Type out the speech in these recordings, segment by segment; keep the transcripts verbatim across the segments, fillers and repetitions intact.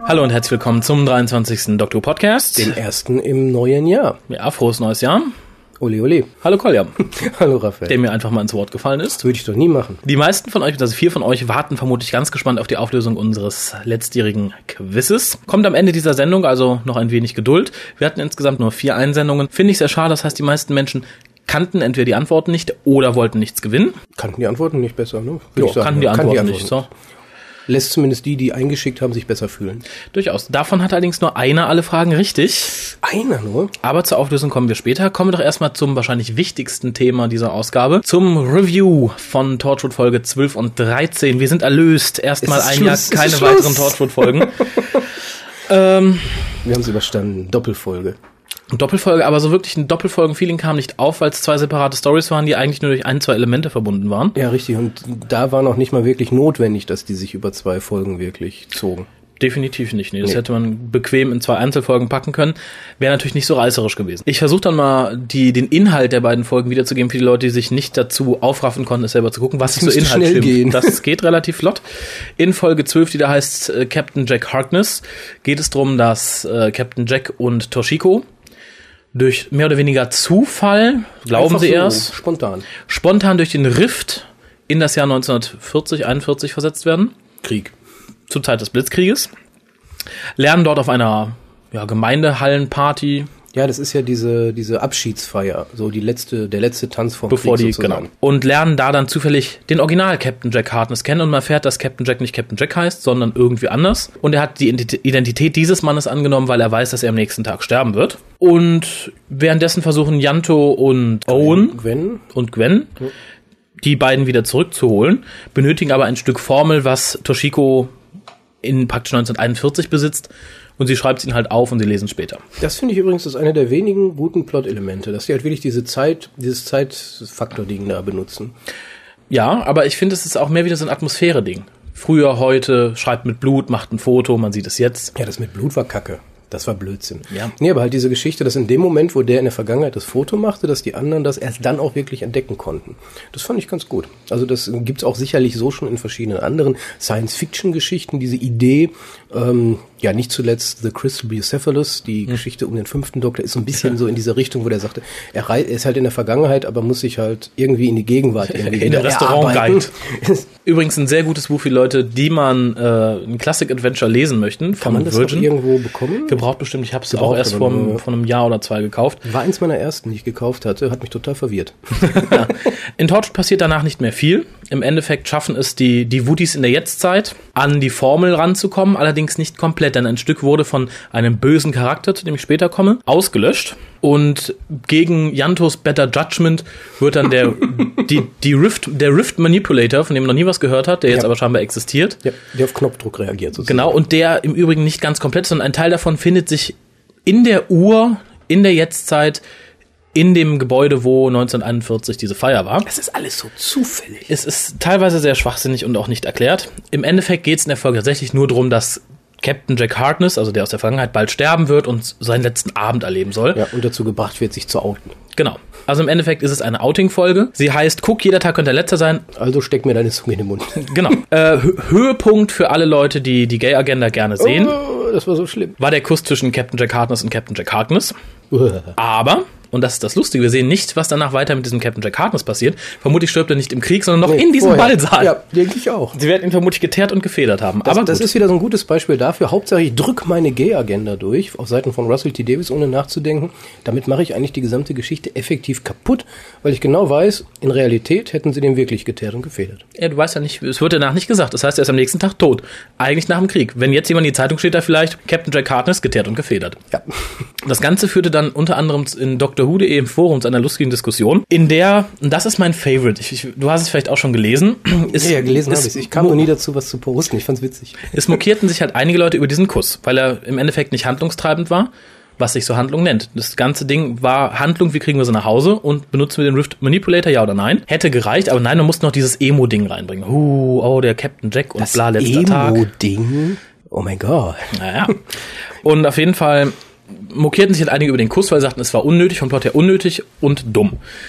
Hallo und herzlich willkommen zum dreiundzwanzigsten Doctor Who Podcast. Den ersten im neuen Jahr. Ja, frohes neues Jahr. Ole, ole. Hallo Kolja. Hallo Raphael. Der mir einfach mal ins Wort gefallen ist. Würde ich doch nie machen. Die meisten von euch, also vier von euch, warten vermutlich ganz gespannt auf die Auflösung unseres letztjährigen Quizzes. Kommt am Ende dieser Sendung, also noch ein wenig Geduld. Wir hatten insgesamt nur vier Einsendungen. Finde ich sehr schade, das heißt, die meisten Menschen kannten entweder die Antworten nicht oder wollten nichts gewinnen. Kannten die Antworten nicht besser, ne? Jo, kannten die Antworten, die Antworten nicht. So. Lässt zumindest die, die eingeschickt haben, sich besser fühlen. Durchaus. Davon hat allerdings nur einer alle Fragen richtig. Einer nur? Aber zur Auflösung kommen wir später. Kommen wir doch erstmal zum wahrscheinlich wichtigsten Thema dieser Ausgabe. Zum Review von Torchwood Folge zwölf und dreizehn. Wir sind erlöst. Erstmal ein Schluss, Jahr keine weiteren Torchwood-Folgen. ähm, wir haben es überstanden. Doppelfolge. Doppelfolge, aber so wirklich ein Doppelfolgen-Feeling kam nicht auf, weil es zwei separate Stories waren, die eigentlich nur durch ein, zwei Elemente verbunden waren. Ja, richtig. Und da war noch nicht mal wirklich notwendig, dass die sich über zwei Folgen wirklich zogen. Definitiv nicht. Nee, das nee. hätte man bequem in zwei Einzelfolgen packen können. Wäre natürlich nicht so reißerisch gewesen. Ich versuche dann mal, die den Inhalt der beiden Folgen wiederzugeben für die Leute, die sich nicht dazu aufraffen konnten, es selber zu gucken, was sich so Inhalt stimmt. Das geht relativ flott. In Folge zwölf, die da heißt äh, Captain Jack Harkness, geht es darum, dass äh, Captain Jack und Toshiko durch mehr oder weniger Zufall, glauben Einfach sie so erst, spontan. spontan durch den Rift in das Jahr neunzehnhundertvierzig, einundvierzig versetzt werden. Krieg. Zur Zeit des Blitzkrieges. Lernen dort auf einer ja, Gemeindehallenparty. Ja, das ist ja diese diese Abschiedsfeier, so die letzte der letzte Tanz vom Bevor Krieg die, sozusagen. genau. Und lernen da dann zufällig den Original Captain Jack Harkness kennen und man erfährt, dass Captain Jack nicht Captain Jack heißt, sondern irgendwie anders. Und er hat die Identität dieses Mannes angenommen, weil er weiß, dass er am nächsten Tag sterben wird. Und währenddessen versuchen Yanto und Owen Gwen und Gwen ja. die beiden wieder zurückzuholen, benötigen aber ein Stück Formel, was Toshiko in praktisch neunzehnhunderteinundvierzig besitzt. Und sie schreibt es ihnen halt auf und sie lesen später. Das finde ich übrigens, das ist einer der wenigen guten Plot-Elemente, dass sie halt wirklich diese Zeit, dieses Zeitfaktor-Ding da benutzen. Ja, aber ich finde, es ist auch mehr wieder so ein Atmosphäre-Ding. Früher, heute, schreibt mit Blut, macht ein Foto, man sieht es jetzt. Ja, das mit Blut war Kacke. Das war Blödsinn. Ja. Nee, aber halt diese Geschichte, dass in dem Moment, wo der in der Vergangenheit das Foto machte, dass die anderen das erst dann auch wirklich entdecken konnten. Das fand ich ganz gut. Also das gibt's auch sicherlich so schon in verschiedenen anderen Science-Fiction-Geschichten, diese Idee, ähm, ja, nicht zuletzt The Crystal Bucephalus, die hm. Geschichte um den fünften Doktor, ist so ein bisschen ja. so in dieser Richtung, wo der sagte, er, rei- er ist halt in der Vergangenheit, aber muss sich halt irgendwie in die Gegenwart irgendwie in der Restaurant-Guide. Übrigens ein sehr gutes Buch für Leute, die man äh, ein Classic-Adventure lesen möchten. Kann man das Virgin. auch irgendwo bekommen? Gebraucht bestimmt. Ich habe es auch erst vor einem Jahr oder zwei gekauft. War eins meiner ersten, die ich gekauft hatte, hat mich total verwirrt. ja. In Torchwood passiert danach nicht mehr viel. Im Endeffekt schaffen es die, die Woodies in der Jetztzeit, an die Formel ranzukommen, allerdings nicht komplett, denn ein Stück wurde von einem bösen Charakter, zu dem ich später komme, ausgelöscht. Und gegen Yantos Better Judgment wird dann der, die, die Rift, der Rift Manipulator, von dem man noch nie was gehört hat, der jetzt ja. aber scheinbar existiert. Ja, der auf Knopfdruck reagiert sozusagen. Genau, und der im Übrigen nicht ganz komplett, sondern ein Teil davon findet sich in der Uhr, in der Jetztzeit, in dem Gebäude, wo neunzehnhunderteinundvierzig diese Feier war. Es ist alles so zufällig. Es ist teilweise sehr schwachsinnig und auch nicht erklärt. Im Endeffekt geht es in der Folge tatsächlich nur darum, dass Captain Jack Harkness, also der aus der Vergangenheit, bald sterben wird und seinen letzten Abend erleben soll. Ja, und dazu gebracht wird, sich zu outen. Genau. Also im Endeffekt ist es eine Outing-Folge. Sie heißt, guck, jeder Tag könnte der letzte sein. Also steck mir deine Zunge in den Mund. Genau. Äh, Höhepunkt für alle Leute, die die Gay-Agenda gerne sehen. Oh, das war so schlimm. War der Kuss zwischen Captain Jack Harkness und Captain Jack Harkness. Aber, und das ist das Lustige, wir sehen nicht, was danach weiter mit diesem Captain Jack Harkness passiert. Vermutlich stirbt er nicht im Krieg, sondern noch nee, in diesem vorher. Ballsaal. Ja, denke ich auch. Sie werden ihn vermutlich geteert und gefedert haben. Das, Aber das gut. ist wieder so ein gutes Beispiel dafür. Hauptsache, ich drück meine Gay-Agenda durch, auf Seiten von Russell T. Davies, ohne nachzudenken. Damit mache ich eigentlich die gesamte Geschichte effektiv kaputt, weil ich genau weiß, in Realität hätten sie den wirklich geteert und gefedert. Ja, du weißt ja nicht, es wird danach nicht gesagt. Das heißt, er ist am nächsten Tag tot. Eigentlich nach dem Krieg. Wenn jetzt jemand in die Zeitung steht, da vielleicht Captain Jack Harkness geteert und gefedert. Ja. Das Ganze führte dann unter anderem in Doctor Who Punkt de im Forum zu einer lustigen Diskussion, in der, und das ist mein Favorite, ich, ich, du hast es vielleicht auch schon gelesen. Ist, ja, gelesen habe ich. Ich kam noch nie dazu, was zu posten. Ich fand's witzig. Es mokierten sich halt einige Leute über diesen Kuss, weil er im Endeffekt nicht handlungstreibend war, was sich so Handlung nennt. Das ganze Ding war Handlung, wie kriegen wir sie nach Hause und benutzen wir den Rift Manipulator, ja oder nein? Hätte gereicht, aber nein, man musste noch dieses Emo-Ding reinbringen. Huh, oh, der Captain Jack und das bla, letzter Tag. Das Emo-Ding? Oh mein Gott. Naja. Und auf jeden Fall mokierten sich halt einige über den Kuss, weil sie sagten, es war unnötig, vom Plot her unnötig und dumm.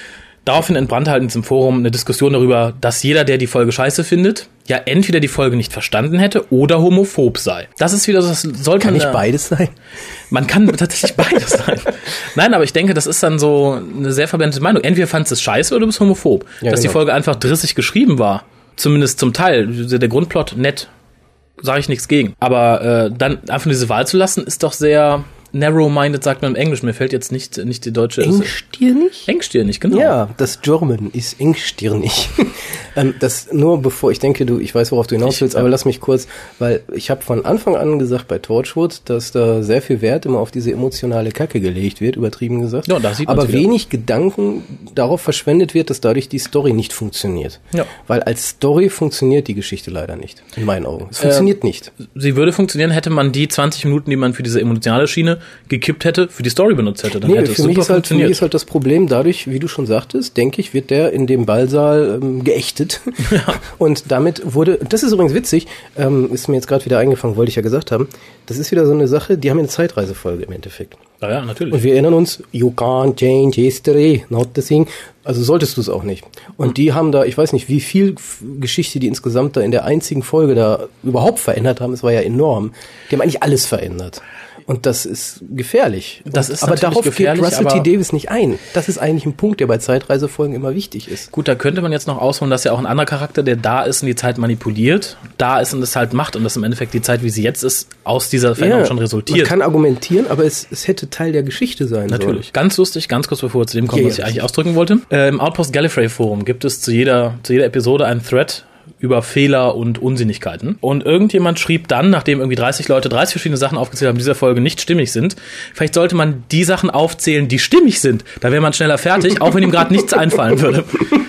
Daraufhin entbrannte halt in diesem Forum eine Diskussion darüber, dass jeder, der die Folge scheiße findet, ja entweder die Folge nicht verstanden hätte oder homophob sei. Das ist wieder so, das sollte Kann man... nicht da, beides sein? Man kann tatsächlich beides sein. Nein, aber ich denke, das ist dann so eine sehr verblendete Meinung. Entweder fandest du es scheiße oder du bist homophob. Ja, Dass genau. die Folge einfach drissig geschrieben war, zumindest zum Teil, der Grundplot nett, sage ich nichts gegen. Aber äh, dann einfach diese Wahl zu lassen, ist doch sehr narrow-minded, sagt man im Englisch. Mir fällt jetzt nicht, nicht die deutsche... Engstirnig? Engstirnig, genau. Ja, das German ist engstirnig. ähm, das nur bevor, ich denke, du, ich weiß, worauf du hinaus Ich, willst, ja. aber lass mich kurz, weil ich habe von Anfang an gesagt bei Torchwood, dass da sehr viel Wert immer auf diese emotionale Kacke gelegt wird, übertrieben gesagt. Ja, da sieht man's aber wieder. wenig Gedanken darauf verschwendet wird, dass dadurch die Story nicht funktioniert. Ja. Weil als Story funktioniert die Geschichte leider nicht, in meinen Augen. Es funktioniert Ähm, nicht. Sie würde funktionieren, hätte man die zwanzig Minuten, die man für diese emotionale Schiene gekippt hätte, für die Story benutzt hätte. Dann Nee, hätte es für mich, super ist halt, für mich funktioniert. ist halt das Problem dadurch, wie du schon sagtest, denke ich, wird der in dem Ballsaal ähm, geächtet. Ja. Und damit wurde, das ist übrigens witzig, ähm, ist mir jetzt gerade wieder eingefangen, wollte ich ja gesagt haben, das ist wieder so eine Sache, die haben eine Zeitreisefolge im Endeffekt. Ja, ja, natürlich. Und wir erinnern uns, you can't change history, not the thing. Also solltest du es auch nicht. Und die haben da, ich weiß nicht, wie viel F- Geschichte die insgesamt da in der einzigen Folge da überhaupt verändert haben. Es war ja enorm. Die haben eigentlich alles verändert. Und das ist gefährlich. Das Und, ist aber natürlich darauf gefährlich, geht Russell T. aber- Davis nicht ein. Das ist eigentlich ein Punkt, der bei Zeitreisefolgen immer wichtig ist. Gut, da könnte man jetzt noch ausholen, dass ja auch ein anderer Charakter, der da ist und die Zeit manipuliert, da ist und es halt macht und dass im Endeffekt die Zeit, wie sie jetzt ist, aus dieser Veränderung schon Man resultiert. kann argumentieren, aber es, es hätte Teil der Geschichte sein Natürlich. Ganz lustig, ganz kurz bevor wir zu dem kommen, Ja, was ja, ich eigentlich sicher. ausdrücken wollte. Äh, Im Outpost Gallifrey Forum gibt es zu jeder, zu jeder Episode einen Thread über Fehler und Unsinnigkeiten. Und irgendjemand schrieb dann, nachdem irgendwie dreißig Leute dreißig verschiedene Sachen aufgezählt haben, die in dieser Folge nicht stimmig sind, vielleicht sollte man die Sachen aufzählen, die stimmig sind. Da wäre man schneller fertig, auch wenn ihm gerade nichts einfallen würde.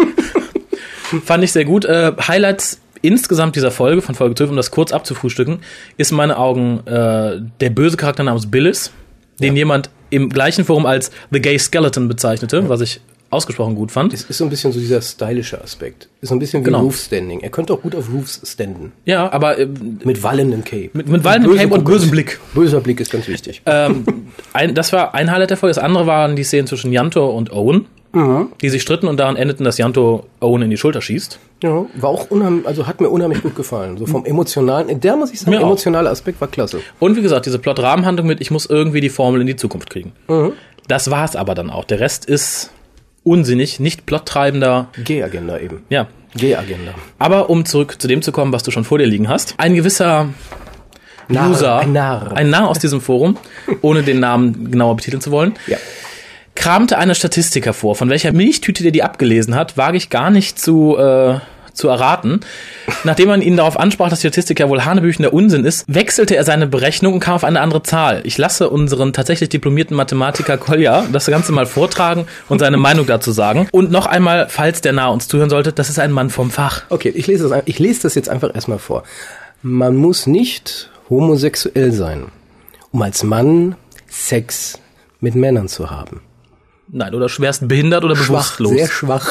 Fand ich sehr gut. Äh, Highlights insgesamt dieser Folge, von Folge zwölf, um das kurz abzufrühstücken, ist in meinen Augen äh, der böse Charakter namens Billis, den Ja. jemand im gleichen Forum als The Gay Skeleton bezeichnete, was ich ausgesprochen gut fand. Es ist so ein bisschen so dieser stylische Aspekt. Ist so ein bisschen wie Genau. Roof-Standing. Er könnte auch gut auf Roofs standen. Ja, aber äh, Mit wallendem Cape. mit, mit wallendem Böse Cape und Guckes. bösem Blick. Böser Blick ist ganz wichtig. ähm, ein, das war ein Highlight der Folge. Das andere waren die Szenen zwischen Yanto und Owen, Mhm. die sich stritten und daran endeten, dass Yanto Owen in die Schulter schießt. Ja, war auch unheimlich, also hat mir unheimlich gut gefallen. So vom emotionalen, der muss ich sagen, Mir auch. emotionale Aspekt war klasse. Und wie gesagt, diese Plot-Rahmenhandlung mit, ich muss irgendwie die Formel in die Zukunft kriegen. Mhm. Das war's aber dann auch. Der Rest ist unsinnig, nicht plottreibender. G-Agenda eben. Ja. G-Agenda. Aber um zurück zu dem zu kommen, was du schon vor dir liegen hast. Ein gewisser Narr, User, ein Narr. ein Narr aus diesem Forum, ohne den Namen genauer betiteln zu wollen, Ja. kramte eine Statistik hervor. Von welcher Milchtüte der die abgelesen hat, wage ich gar nicht zu, äh, zu erraten. Nachdem man ihn darauf ansprach, dass die Statistik ja wohl hanebüchender Unsinn ist, wechselte er seine Berechnung und kam auf eine andere Zahl. Ich lasse unseren tatsächlich diplomierten Mathematiker Kolja das Ganze mal vortragen und seine Meinung dazu sagen. Und noch einmal, falls der Narr uns zuhören sollte, das ist ein Mann vom Fach. Okay, ich lese das, ein- ich lese das jetzt einfach erstmal vor. Man muss nicht homosexuell sein, um als Mann Sex mit Männern zu haben. Nein, oder schwerst behindert oder Schwach, bewusstlos. sehr schwach.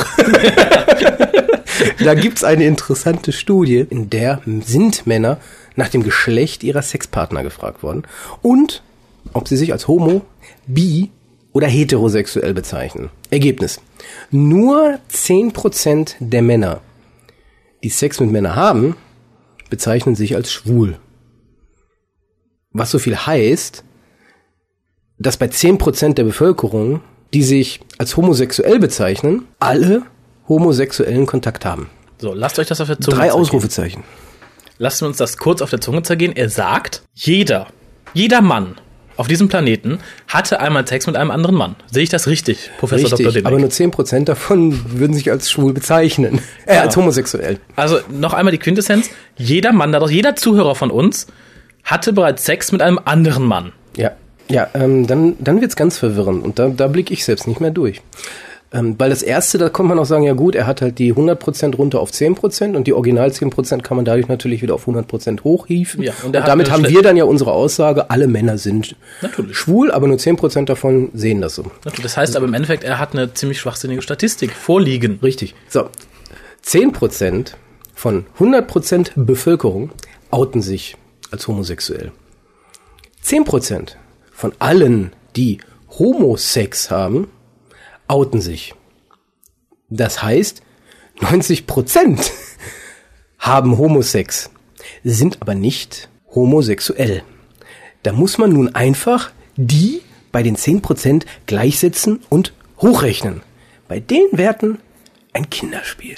Da gibt's eine interessante Studie, in der sind Männer nach dem Geschlecht ihrer Sexpartner gefragt worden und ob sie sich als homo, bi oder heterosexuell bezeichnen. Ergebnis. Nur zehn Prozent der Männer, die Sex mit Männern haben, bezeichnen sich als schwul. Was so viel heißt, dass bei zehn Prozent der Bevölkerung, die sich als homosexuell bezeichnen, alle homosexuellen Kontakt haben. So, lasst euch das auf der Zunge Drei zergehen. Ausrufezeichen. Lasst uns das kurz auf der Zunge zergehen. Er sagt, jeder, jeder Mann auf diesem Planeten hatte einmal Sex mit einem anderen Mann. Sehe ich das richtig, Professor Doktor Richtig, Dimmick? aber nur zehn Prozent davon würden sich als schwul bezeichnen. Äh, Ja. als homosexuell. Also noch einmal die Quintessenz. Jeder Mann, dadurch, jeder Zuhörer von uns hatte bereits Sex mit einem anderen Mann. Ja, ja, ähm, dann, dann wird's ganz verwirrend und da, da blicke ich selbst nicht mehr durch. Ähm, weil das Erste, da kommt man auch sagen, ja gut, er hat halt die hundert Prozent runter auf zehn Prozent und die Original zehn Prozent kann man dadurch natürlich wieder auf hundert Prozent hochhieven. Ja, und und er hat damit eine haben schle- wir dann ja unsere Aussage, alle Männer sind Natürlich. schwul, aber nur zehn Prozent davon sehen das so. Das heißt aber im Endeffekt, er hat eine ziemlich schwachsinnige Statistik vorliegen. Richtig. So, zehn Prozent von hundert Prozent Bevölkerung outen sich als homosexuell. zehn Prozent von allen, die Homosex haben, outen sich. Das heißt, neunzig Prozent haben Homosex, sind aber nicht homosexuell. Da muss man nun einfach die bei den zehn Prozent gleichsetzen und hochrechnen. Bei den Werten ein Kinderspiel.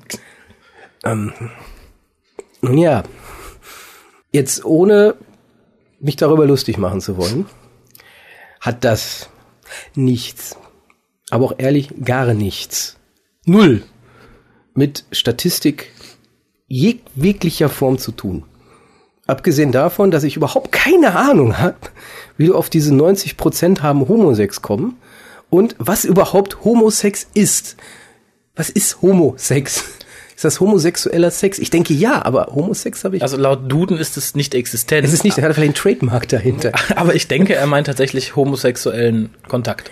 Ähm, nun ja, jetzt ohne mich darüber lustig machen zu wollen, hat das nichts, aber auch ehrlich gar nichts, null mit Statistik jeglicher Form zu tun. Abgesehen davon, dass ich überhaupt keine Ahnung habe, wie du auf diese neunzig Prozent haben Homosex kommen und was überhaupt Homosex ist. Was ist Homosex? Ist das homosexueller Sex? Ich denke ja, aber Homosex habe ich... Also laut Duden ist es nicht existent. Es ist nicht, er hat vielleicht einen Trademark dahinter. Aber ich denke, er meint tatsächlich homosexuellen Kontakt.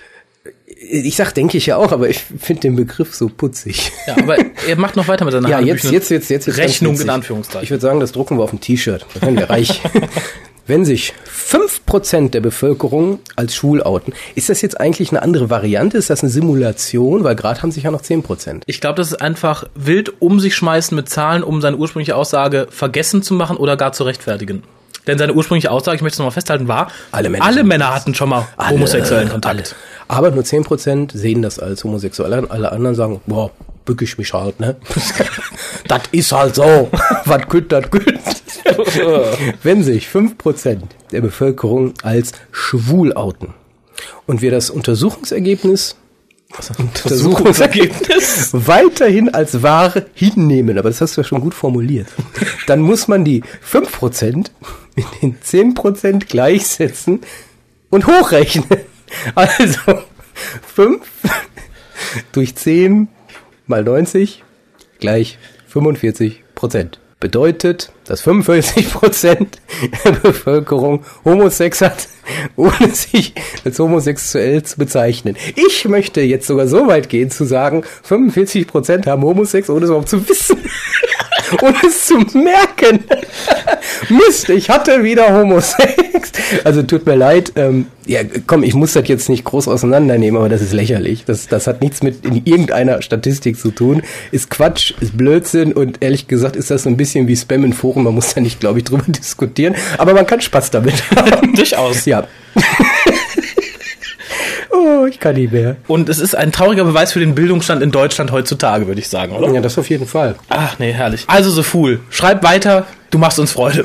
Ich sag, denke ich ja auch, aber ich finde den Begriff so putzig. Ja, aber er macht noch weiter mit seiner Ja, jetzt, jetzt, jetzt, jetzt, jetzt. Rechnung in Anführungszeichen. Ich würde sagen, das drucken wir auf ein T-Shirt. Da werden wir reich. Wenn sich fünf Prozent der Bevölkerung als schwul outen, ist das jetzt eigentlich eine andere Variante? Ist das eine Simulation? Weil gerade haben sich ja noch zehn Prozent. Ich glaube, das ist einfach wild um sich schmeißen mit Zahlen, um seine ursprüngliche Aussage vergessen zu machen oder gar zu rechtfertigen. Denn seine ursprüngliche Aussage, ich möchte es nochmal festhalten, war, alle Männer, alle Männer hatten schon mal alle, homosexuellen Kontakt. Alle. Aber nur zehn Prozent sehen das als homosexuell. Alle anderen sagen, boah, bück ich mich halt, ne? Das ist halt so. Was gut, das gut. Wenn sich fünf Prozent der Bevölkerung als schwul outen und wir das Untersuchungsergebnis, Was Untersuchungsergebnis weiterhin als wahr hinnehmen, aber das hast du ja schon gut formuliert, dann muss man die fünf Prozent mit den zehn Prozent gleichsetzen und hochrechnen. Also fünf durch zehn mal neunzig gleich fünfundvierzig Prozent. Bedeutet, dass fünfundvierzig Prozent der Bevölkerung Homosex hat, ohne sich als homosexuell zu bezeichnen. Ich möchte jetzt sogar so weit gehen, zu sagen, fünfundvierzig Prozent haben Homosex, ohne es überhaupt zu wissen. Ohne es zu merken. Mist, ich hatte wieder Homosex. Also tut mir leid. Ähm, ja, komm, ich muss das jetzt nicht groß auseinandernehmen, aber das ist lächerlich. Das, das hat nichts mit in irgendeiner Statistik zu tun. Ist Quatsch, ist Blödsinn und ehrlich gesagt ist das so ein bisschen wie Spam in Foren. Man muss da nicht, glaube ich, drüber diskutieren. Aber man kann Spaß damit haben. Durchaus. Ja. Oh, ich kann nicht mehr. Und es ist ein trauriger Beweis für den Bildungsstand in Deutschland heutzutage, würde ich sagen, oder? Ja, das auf jeden Fall. Ach nee, herrlich. Also so Fool, schreib weiter, du machst uns Freude.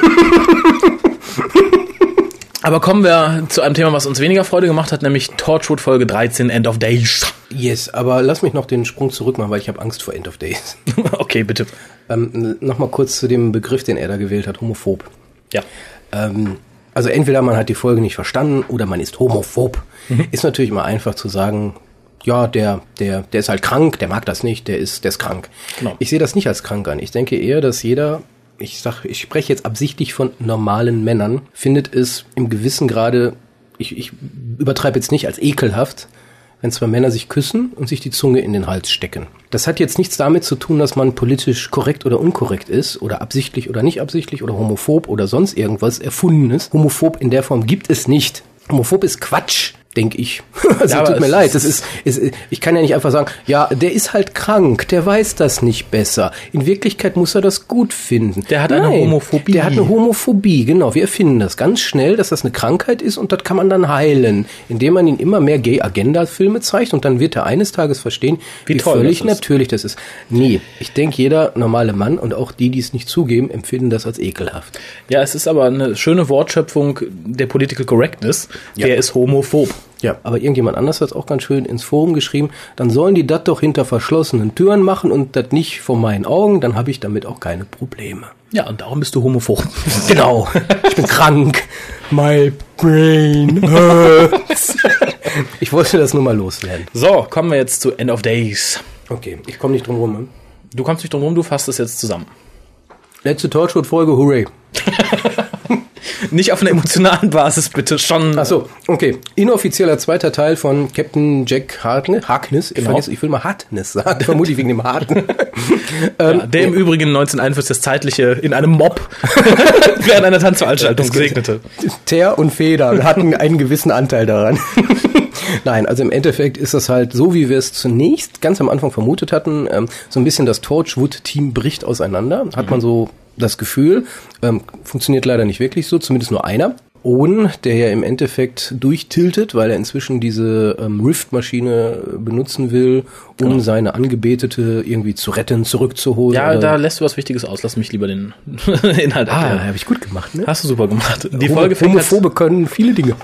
Aber kommen wir zu einem Thema, was uns weniger Freude gemacht hat, nämlich Torchwood Folge dreizehn, End of Days. Yes, aber lass mich noch den Sprung zurück machen, weil ich habe Angst vor End of Days. Okay, bitte. Ähm, Nochmal kurz zu dem Begriff, den er da gewählt hat, homophob. Ja. Ähm, also entweder man hat die Folge nicht verstanden oder man ist homophob. Mhm. Ist natürlich immer einfach zu sagen, ja, der, der, der ist halt krank, der mag das nicht, der ist, der ist krank. Genau. Ich sehe das nicht als krank an. Ich denke eher, dass jeder, ich sag, ich spreche jetzt absichtlich von normalen Männern, findet es im gewissen Grade, ich, ich übertreibe jetzt nicht als ekelhaft, wenn zwei Männer sich küssen und sich die Zunge in den Hals stecken. Das hat jetzt nichts damit zu tun, dass man politisch korrekt oder unkorrekt ist oder absichtlich oder nicht absichtlich oder homophob oder sonst irgendwas Erfundenes. Homophob in der Form gibt es nicht. Homophob ist Quatsch, denke ich. Also ja, tut mir leid, das ist, ist, ich kann ja nicht einfach sagen, ja, der ist halt krank, der weiß das nicht besser. In Wirklichkeit muss er das gut finden. Der hat Nein, eine Homophobie. Der hat eine Homophobie, genau. Wir erfinden das ganz schnell, dass das eine Krankheit ist und das kann man dann heilen, indem man ihn immer mehr Gay-Agenda-Filme zeigt und dann wird er eines Tages verstehen, wie, wie völlig das natürlich das ist. Nee, ich denke, jeder normale Mann und auch die, die es nicht zugeben, empfinden das als ekelhaft. Ja, es ist aber eine schöne Wortschöpfung der Political Correctness. Ja. Der ist homophob. Ja, aber irgendjemand anders hat es auch ganz schön ins Forum geschrieben, dann sollen die das doch hinter verschlossenen Türen machen und das nicht vor meinen Augen, dann habe ich damit auch keine Probleme. Ja, und darum bist du homophob. Genau, ich bin krank. My brain hurts. Ich wollte das nur mal loswerden. So, kommen wir jetzt zu End of Days. Okay, ich komme nicht drum rum. Ne? Du kommst nicht drum rum, du fasst es jetzt zusammen. Letzte Torchwood-Folge, hooray. Nicht auf einer emotionalen Basis, bitte, schon. Ach so, okay. Inoffizieller zweiter Teil von Captain Jack Harkness. Harkness, genau. ich, ich will mal Harkness sagen, vermutlich wegen dem Harten. ähm, ja, der im Übrigen neunzehnhunderteinundvierzig das Zeitliche in einem Mob während einer Tanzveranstaltung segnete. Teer und Feder hatten einen gewissen Anteil daran. Nein, also im Endeffekt ist das halt so, wie wir es zunächst ganz am Anfang vermutet hatten, ähm, so ein bisschen das Torchwood-Team bricht auseinander, hat mhm. man so das Gefühl, ähm, funktioniert leider nicht wirklich so, zumindest nur einer. Owen, der ja im Endeffekt durchtiltet, weil er inzwischen diese ähm, Rift-Maschine benutzen will, um genau. seine Angebetete irgendwie zu retten, zurückzuholen. Ja, da lässt du was Wichtiges aus. Lass mich lieber den Inhalt erklären. Ah, habe ich gut gemacht, ne? Hast du super gemacht. Die Homo- Folge fängt Homophobe halt, können viele Dinge.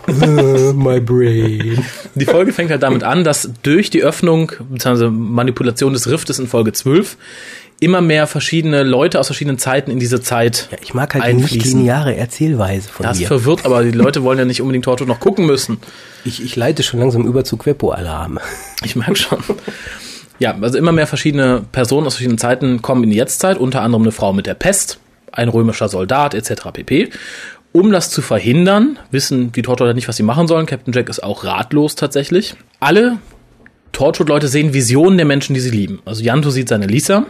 My brain. Die Folge fängt halt damit an, dass durch die Öffnung bzw. Manipulation des Riftes in Folge zwölf immer mehr verschiedene Leute aus verschiedenen Zeiten in diese Zeit Ja, ich mag halt die nicht lineare Erzählweise von das dir. Das verwirrt, aber die Leute wollen ja nicht unbedingt Torchwood noch gucken müssen. Ich, ich leite schon langsam über zu Queppo-Alarm. Ich merke schon. Ja, also immer mehr verschiedene Personen aus verschiedenen Zeiten kommen in die Jetztzeit, unter anderem eine Frau mit der Pest, ein römischer Soldat et cetera pp. Um das zu verhindern, wissen die Torchwood nicht, was sie machen sollen. Captain Jack ist auch ratlos tatsächlich. Alle Torchwood-Leute sehen Visionen der Menschen, die sie lieben. Also Ianto sieht seine Lisa,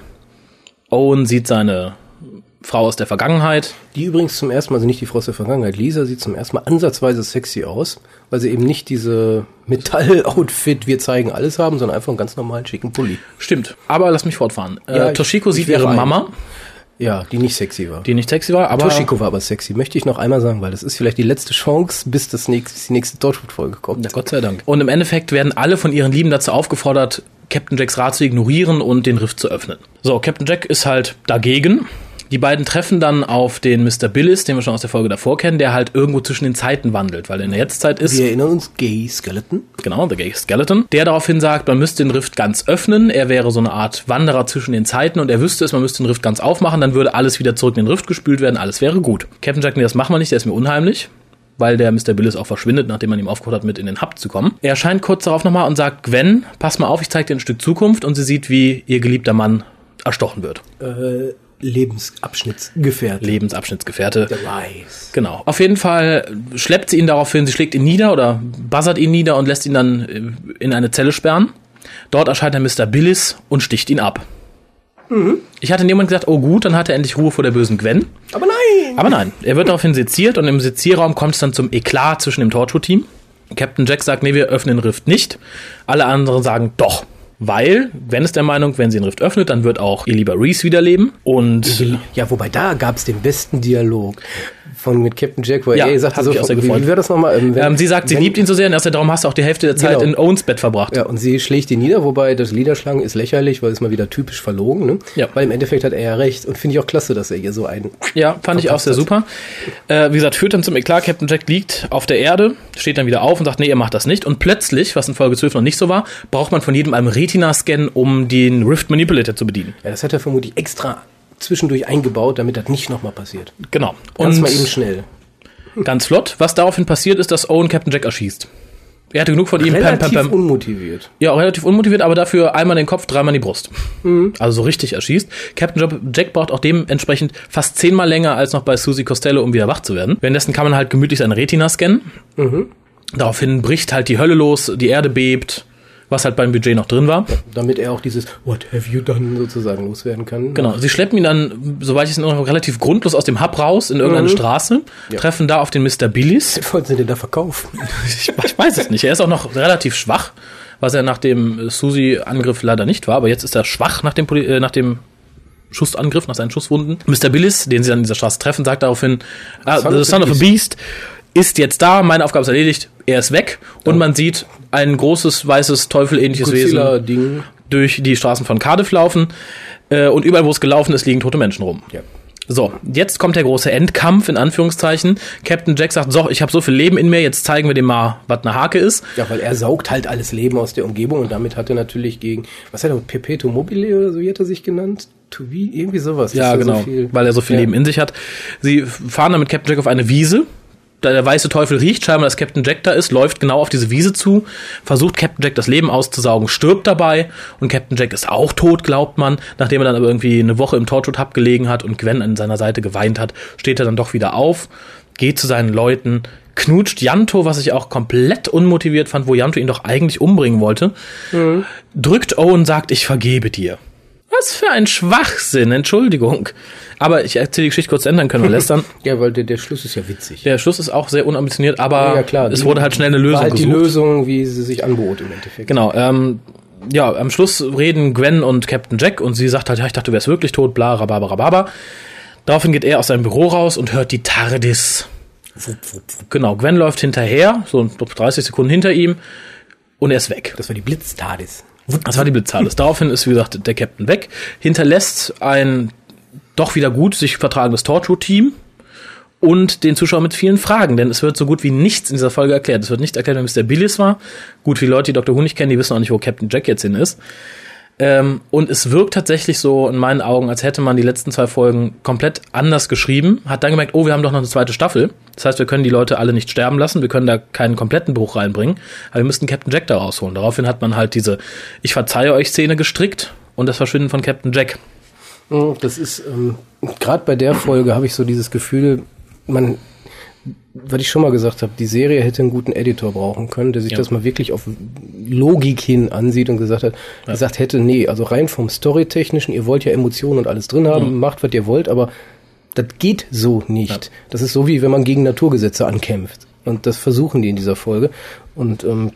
Owen sieht seine Frau aus der Vergangenheit. Die übrigens zum ersten Mal, also nicht die Frau aus der Vergangenheit, Lisa sieht zum ersten Mal ansatzweise sexy aus, weil sie eben nicht diese Metall-Outfit, wir zeigen alles haben, sondern einfach einen ganz normalen schicken Pulli. Stimmt, aber lass mich fortfahren. Ja, äh, Toshiko ich, sieht ich ihre ein. Mama. Ja, die nicht sexy war. Die nicht sexy war, aber... Toshiko war aber sexy, möchte ich noch einmal sagen, weil das ist vielleicht die letzte Chance, bis, das nächste, bis die nächste Torchwood-Folge kommt. Ja, Gott sei Dank. Und im Endeffekt werden alle von ihren Lieben dazu aufgefordert, Captain Jacks Rat zu ignorieren und den Rift zu öffnen. So, Captain Jack ist halt dagegen. Die beiden treffen dann auf den Mister Billis, den wir schon aus der Folge davor kennen, der halt irgendwo zwischen den Zeiten wandelt, weil er in der Jetztzeit ist. Wir erinnern uns, Gay Skeleton. Genau, The Gay Skeleton. Der daraufhin sagt, man müsste den Rift ganz öffnen. Er wäre so eine Art Wanderer zwischen den Zeiten und er wüsste es, man müsste den Rift ganz aufmachen, dann würde alles wieder zurück in den Rift gespült werden, alles wäre gut. Captain Jack, nee, das machen wir nicht, der ist mir unheimlich, weil der Mister Billis auch verschwindet, nachdem man ihm aufgefordert hat, mit in den Hub zu kommen. Er erscheint kurz darauf nochmal und sagt, Gwen, pass mal auf, ich zeig dir ein Stück Zukunft, und sie sieht, wie ihr geliebter Mann erstochen wird. Äh, Lebensabschnittsgefährte. Lebensabschnittsgefährte. The Rise. Genau. Auf jeden Fall schleppt sie ihn daraufhin, sie schlägt ihn nieder oder buzzert ihn nieder und lässt ihn dann in eine Zelle sperren. Dort erscheint der Mister Billis und sticht ihn ab. Mhm. Ich hatte in dem Moment gesagt, oh gut, dann hat er endlich Ruhe vor der bösen Gwen. Aber nein! Aber nein, er wird daraufhin seziert und im Sezierraum kommt es dann zum Eklat zwischen dem Torchwood-Team. Captain Jack sagt, nee, wir öffnen den Rift nicht. Alle anderen sagen, doch. Weil, Gwen ist der Meinung, wenn sie den Rift öffnet, dann wird auch ihr lieber Reese wieder leben. Und ja, wobei da gab es den besten Dialog von mit Captain Jack, wo ja, er sagte so, wie, wie war das nochmal? Ähm, ähm, sie sagt, sie liebt ihn so sehr, und erst darum hast du auch die Hälfte der Zeit genau. in Owens Bett verbracht. Ja, und sie schlägt ihn nieder, wobei das Niederschlagen ist lächerlich, weil es mal wieder typisch verlogen, ne? Ja. Weil im Endeffekt hat er ja recht, und finde ich auch klasse, dass er ihr so einen... Ja, fand ich auch sehr hat. super. Äh, wie gesagt, führt dann zum Eklat, Captain Jack liegt auf der Erde, steht dann wieder auf und sagt, nee, ihr macht das nicht. Und plötzlich, was in Folge zwölf noch nicht so war, braucht man von jedem einen Retina-Scan, um den Rift Manipulator zu bedienen. Ja, das hat er vermutlich extra zwischendurch eingebaut, damit das nicht nochmal passiert. Genau. Ganz und mal eben schnell. Ganz flott. Was daraufhin passiert, ist, dass Owen Captain Jack erschießt. Er hatte genug von ihm. Relativ pam, pam, pam. unmotiviert. Ja, relativ unmotiviert, aber dafür einmal in den Kopf, dreimal in die Brust. Mhm. Also so richtig erschießt. Captain Jack braucht auch dementsprechend fast zehnmal länger als noch bei Susie Costello, um wieder wach zu werden. Währenddessen kann man halt gemütlich seine Retina scannen. Mhm. Daraufhin bricht halt die Hölle los, die Erde bebt, was halt beim Budget noch drin war. Ja, damit er auch dieses What have you done sozusagen loswerden kann. Genau, sie schleppen ihn dann, soweit ich es in Erinnerung habe, relativ grundlos aus dem Hub raus in irgendeine mhm. Straße, ja. treffen da auf den Mister Billis. Was wollten sie denn da verkaufen? ich, ich weiß es nicht, er ist auch noch relativ schwach, was er nach dem Susie-Angriff leider nicht war, aber jetzt ist er schwach nach dem, äh, nach dem Schussangriff, nach seinen Schusswunden. Mister Billis, den sie dann in dieser Straße treffen, sagt daraufhin, ah, the son of a beast ist jetzt da, meine Aufgabe ist erledigt, er ist weg, und ja. man sieht ein großes, weißes, teufelähnliches Wesen Ding. durch die Straßen von Cardiff laufen, äh, und überall, wo es gelaufen ist, liegen tote Menschen rum. Ja. So, jetzt kommt der große Endkampf, in Anführungszeichen. Captain Jack sagt, so, ich habe so viel Leben in mir, jetzt zeigen wir dem mal, was eine Hake ist. Ja, weil er saugt halt alles Leben aus der Umgebung, und damit hat er natürlich gegen, was hat er, Perpetuum mobile oder so, wie hat er sich genannt? To be, irgendwie sowas. Ja, genau, so viel, weil er so viel ja. Leben in sich hat. Sie fahren dann mit Captain Jack auf eine Wiese. Da der weiße Teufel riecht scheinbar, dass Captain Jack da ist, läuft genau auf diese Wiese zu, versucht Captain Jack das Leben auszusaugen, stirbt dabei, und Captain Jack ist auch tot, glaubt man. Nachdem er dann aber irgendwie eine Woche im Torchwood Hub gelegen hat und Gwen an seiner Seite geweint hat, steht er dann doch wieder auf, geht zu seinen Leuten, knutscht Ianto, was ich auch komplett unmotiviert fand, wo Ianto ihn doch eigentlich umbringen wollte, mhm. drückt Owen, sagt, ich vergebe dir. Was für ein Schwachsinn, Entschuldigung. Aber ich erzähle die Geschichte kurz zu Ende, dann können wir lästern. Ja, weil der, der Schluss ist ja witzig. Der Schluss ist auch sehr unambitioniert, aber ja, klar, es die, wurde halt schnell eine Lösung war halt gesucht. die Lösung, wie sie sich anbot im Endeffekt. Genau, ähm, ja, am Schluss reden Gwen und Captain Jack und sie sagt halt, ja, ich dachte, du wärst wirklich tot, bla, rababa, rababa. Daraufhin geht er aus seinem Büro raus und hört die TARDIS. Wupp, wupp, wupp. Genau, Gwen läuft hinterher, so dreißig Sekunden hinter ihm und er ist weg. Das war die Blitz-TARDIS. Das war die Blitz-TARDIS. Daraufhin ist, wie gesagt, der Captain weg, hinterlässt ein doch wieder gut sich vertragendes Torchwood-Team und den Zuschauer mit vielen Fragen, denn es wird so gut wie nichts in dieser Folge erklärt. Es wird nicht erklärt, wer Mister Billis war. Gut, viele Leute, die Doctor Who nicht kennen, die wissen auch nicht, wo Captain Jack jetzt hin ist. Ähm, und es wirkt tatsächlich so in meinen Augen, als hätte man die letzten zwei Folgen komplett anders geschrieben, hat dann gemerkt, oh, wir haben doch noch eine zweite Staffel. Das heißt, wir können die Leute alle nicht sterben lassen, wir können da keinen kompletten Bruch reinbringen, aber wir müssten Captain Jack da rausholen. Daraufhin hat man halt diese Ich verzeihe euch Szene gestrickt und das Verschwinden von Captain Jack. Das ist, ähm, gerade bei der Folge habe ich so dieses Gefühl, man, was ich schon mal gesagt habe, die Serie hätte einen guten Editor brauchen können, der sich ja. das mal wirklich auf Logik hin ansieht und gesagt hat, ja. gesagt hätte, nee, also rein vom Storytechnischen, ihr wollt ja Emotionen und alles drin haben, mhm. macht, was ihr wollt, aber das geht so nicht. Ja. Das ist so, wie wenn man gegen Naturgesetze ankämpft. Und das versuchen die in dieser Folge. Und ähm,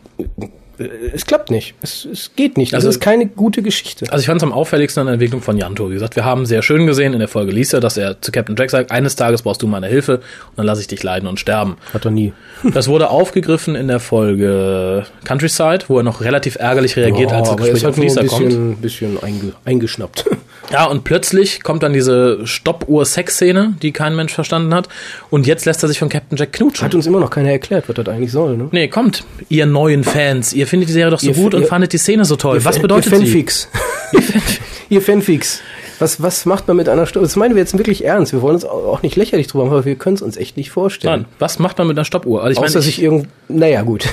es klappt nicht. Es, es geht nicht. Also, das ist keine gute Geschichte. Also ich fand es am auffälligsten an der Entwicklung von Yanto. Wie gesagt, wir haben sehr schön gesehen in der Folge Lisa, dass er zu Captain Jack sagt, eines Tages brauchst du meine Hilfe und dann lasse ich dich leiden und sterben. Hat er nie. Das wurde aufgegriffen in der Folge Countryside, wo er noch relativ ärgerlich reagiert, ja, als das Gespräch auf Lisa kommt. Ein bisschen einge, eingeschnappt. Ja, und plötzlich kommt dann diese Stoppuhr-Sex-Szene, die kein Mensch verstanden hat. Und jetzt lässt er sich von Captain Jack knutschen. Hat uns immer noch keiner erklärt, was das eigentlich soll, ne? Nee, kommt. Ihr neuen Fans, ihr findet die Serie doch so ihr gut und fandet die Szene so toll. Was bedeutet ihr Fanfics. sie? Ihr Fanfics. Ihr Fanfics. Was, was macht man mit einer Stoppuhr? Das meinen wir jetzt wirklich ernst. Wir wollen uns auch nicht lächerlich drüber machen, aber wir können es uns echt nicht vorstellen. Nein, was macht man mit einer Stoppuhr? Also ich Außer meine, sich irgend... Naja, gut.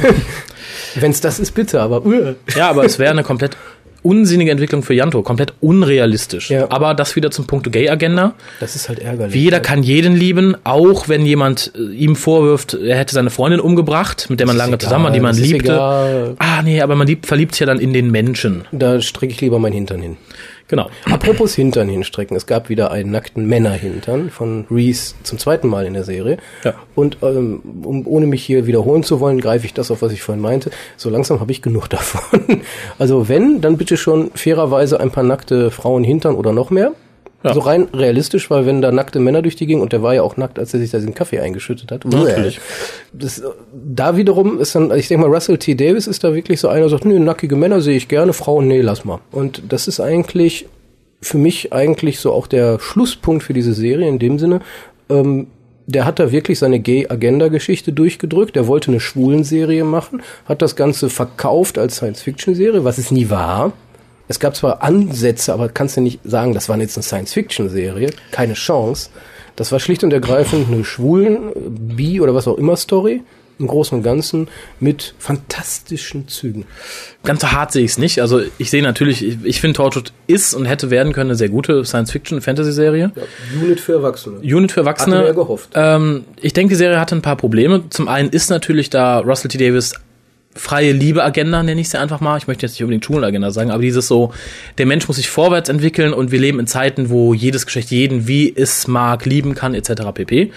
Wenn es das ist, bitte, aber... Uh. Ja, aber es wäre eine komplett unsinnige Entwicklung für Yanto, komplett unrealistisch. Ja. Aber das wieder zum Punkt Gay-Agenda. Das ist halt ärgerlich. Jeder kann jeden lieben, auch wenn jemand äh, ihm vorwirft, er hätte seine Freundin umgebracht, mit der man lange egal, zusammen war, die man liebte. Egal. Ah, nee, aber man liebt, verliebt sich ja dann in den Menschen. Da strecke ich lieber meinen Hintern hin. Genau. Apropos Hintern hinstrecken. Es gab wieder einen nackten Männerhintern von Reese zum zweiten Mal in der Serie. Ja. Und ähm, um, ohne mich hier wiederholen zu wollen, greife ich das auf, was ich vorhin meinte. So langsam habe ich genug davon. Also wenn, dann bitte schon fairerweise ein paar nackte Frauen-Hintern oder noch mehr. Ja. So rein realistisch, weil wenn da nackte Männer durch die gingen, und der war ja auch nackt, als er sich da den Kaffee eingeschüttet hat. Natürlich. Das, da wiederum ist dann, ich denke mal, Russell T. Davies ist da wirklich so einer, der sagt, nö, nackige Männer sehe ich gerne, Frauen, nee, lass mal. Und das ist eigentlich für mich eigentlich so auch der Schlusspunkt für diese Serie in dem Sinne, ähm, der hat da wirklich seine Gay-Agenda-Geschichte durchgedrückt. Der wollte eine Schwulen-Serie machen, hat das Ganze verkauft als Science-Fiction-Serie, was es nie war. Es gab zwar Ansätze, aber kannst du nicht sagen, das war jetzt eine Science-Fiction-Serie. Keine Chance. Das war schlicht und ergreifend eine schwulen, bi oder was auch immer Story. Im Großen und Ganzen mit fantastischen Zügen. Ganz so hart sehe ich es nicht. Also ich sehe natürlich, ich, ich finde Torchwood ist und hätte werden können eine sehr gute Science-Fiction-Fantasy-Serie. Ja, Unit für Erwachsene. Unit für Erwachsene. Hatten wir ja gehofft. Ähm, ich denke, die Serie hatte ein paar Probleme. Zum einen ist natürlich da Russell T. Davies freie Liebe-Agenda, nenne ich sie einfach mal. Ich möchte jetzt nicht unbedingt Schwulen-Agenda sagen, aber dieses so, der Mensch muss sich vorwärts entwickeln und wir leben in Zeiten, wo jedes Geschlecht jeden, wie es mag, lieben kann, et cetera pp.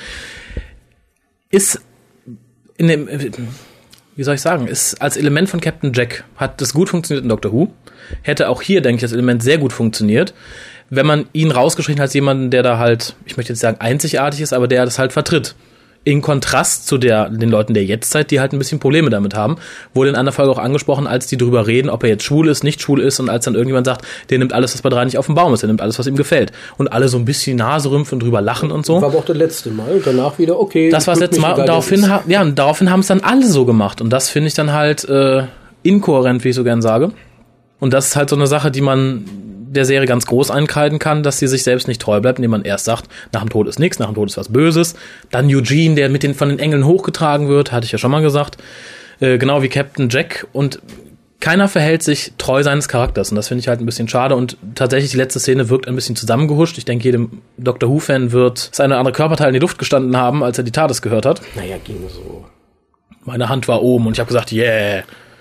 Ist in dem, wie soll ich sagen, ist als Element von Captain Jack, hat das gut funktioniert in Doctor Who, hätte auch hier, denke ich, das Element sehr gut funktioniert, wenn man ihn rausgeschrieben hat als jemanden, der da halt, ich möchte jetzt sagen, einzigartig ist, aber der das halt vertritt. In Kontrast zu der, den Leuten der Jetztzeit, die halt ein bisschen Probleme damit haben. Wurde in einer Folge auch angesprochen, als die drüber reden, ob er jetzt schwul ist, nicht schwul ist, und als dann irgendjemand sagt, der nimmt alles, was bei drei nicht auf dem Baum ist, der nimmt alles, was ihm gefällt. Und alle so ein bisschen Nase rümpfen und drüber lachen und so. War aber auch das letzte Mal und danach wieder, okay. Das war das letzte Mal und daraufhin, ha- ja, und daraufhin haben es dann alle so gemacht. Und das finde ich dann halt äh, inkohärent, wie ich so gern sage. Und das ist halt so eine Sache, die man der Serie ganz groß einkreiden kann, dass sie sich selbst nicht treu bleibt, indem man erst sagt, nach dem Tod ist nichts, nach dem Tod ist was Böses. Dann Eugene, der mit den von den Engeln hochgetragen wird, hatte ich ja schon mal gesagt. Äh, genau wie Captain Jack. Und keiner verhält sich treu seines Charakters. Und das finde ich halt ein bisschen schade. Und tatsächlich, die letzte Szene wirkt ein bisschen zusammengehuscht. Ich denke, jedem Doctor Who-Fan wird das eine oder andere Körperteil in die Luft gestanden haben, als er die TARDIS gehört hat. Naja, ging so. Meine Hand war oben und ich habe gesagt, yeah.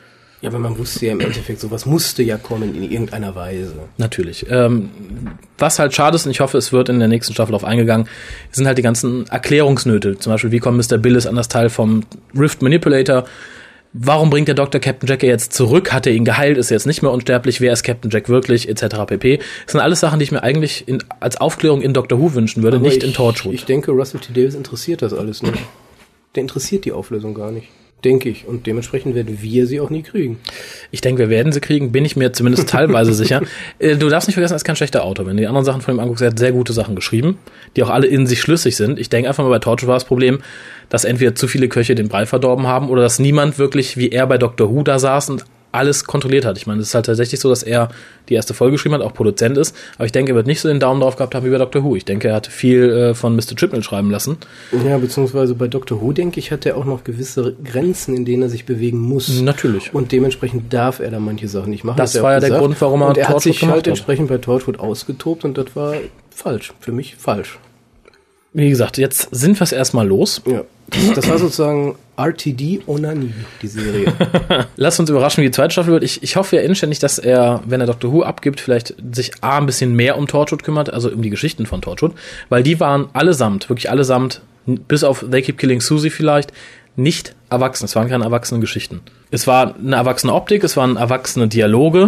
Ja, aber man wusste ja im Endeffekt, sowas musste ja kommen in irgendeiner Weise. Natürlich. Ähm, was halt schade ist, und ich hoffe, es wird in der nächsten Staffel auf eingegangen, sind halt die ganzen Erklärungsnöte. Zum Beispiel, wie kommt Mister Billis an das Teil vom Rift Manipulator? Warum bringt der Doktor Captain Jack jetzt zurück? Hat er ihn geheilt? Ist er jetzt nicht mehr unsterblich? Wer ist Captain Jack wirklich? Etc. pp. Das sind alles Sachen, die ich mir eigentlich in, als Aufklärung in Doctor Who wünschen würde, aber nicht ich, in Torchwood. Ich denke, Russell T. Davies interessiert das alles nicht. Der interessiert die Auflösung gar nicht. Denke ich. Und dementsprechend werden wir sie auch nie kriegen. Ich denke, wir werden sie kriegen, bin ich mir zumindest teilweise sicher. Du darfst nicht vergessen, er ist kein schlechter Autor. Wenn du die anderen Sachen von ihm anguckst, er hat sehr gute Sachen geschrieben, die auch alle in sich schlüssig sind. Ich denke einfach mal, bei Torchwood war das Problem, dass entweder zu viele Köche den Brei verdorben haben oder dass niemand wirklich wie er bei Doctor Who da saß und alles kontrolliert hat. Ich meine, es ist halt tatsächlich so, dass er die erste Folge geschrieben hat, auch Produzent ist, aber ich denke, er wird nicht so den Daumen drauf gehabt haben wie bei Doctor Who. Ich denke, er hat viel äh, von Mister Chibnall schreiben lassen. Ja, beziehungsweise bei Doctor Who, denke ich, hat er auch noch gewisse Grenzen, in denen er sich bewegen muss. Natürlich. Und dementsprechend darf er da manche Sachen nicht machen. Das, das war ja der Grund, warum er und er Torchwood hat sich gemacht halt hat. entsprechend bei Torchwood ausgetobt und das war falsch. Für mich falsch. Wie gesagt, jetzt sind wir es erstmal los. Ja. Das, das war sozusagen R T D Onanie, die Serie. Lass uns überraschen, wie die zweite Staffel wird. Ich, ich hoffe ja inständig, dass er, wenn er Doctor Who abgibt, vielleicht sich A, ein bisschen mehr um Torchwood kümmert, also um die Geschichten von Torchwood, weil die waren allesamt, wirklich allesamt, bis auf They Keep Killing Susie vielleicht, nicht erwachsen. Es waren keine erwachsenen Geschichten. Es war eine erwachsene Optik, es waren erwachsene Dialoge,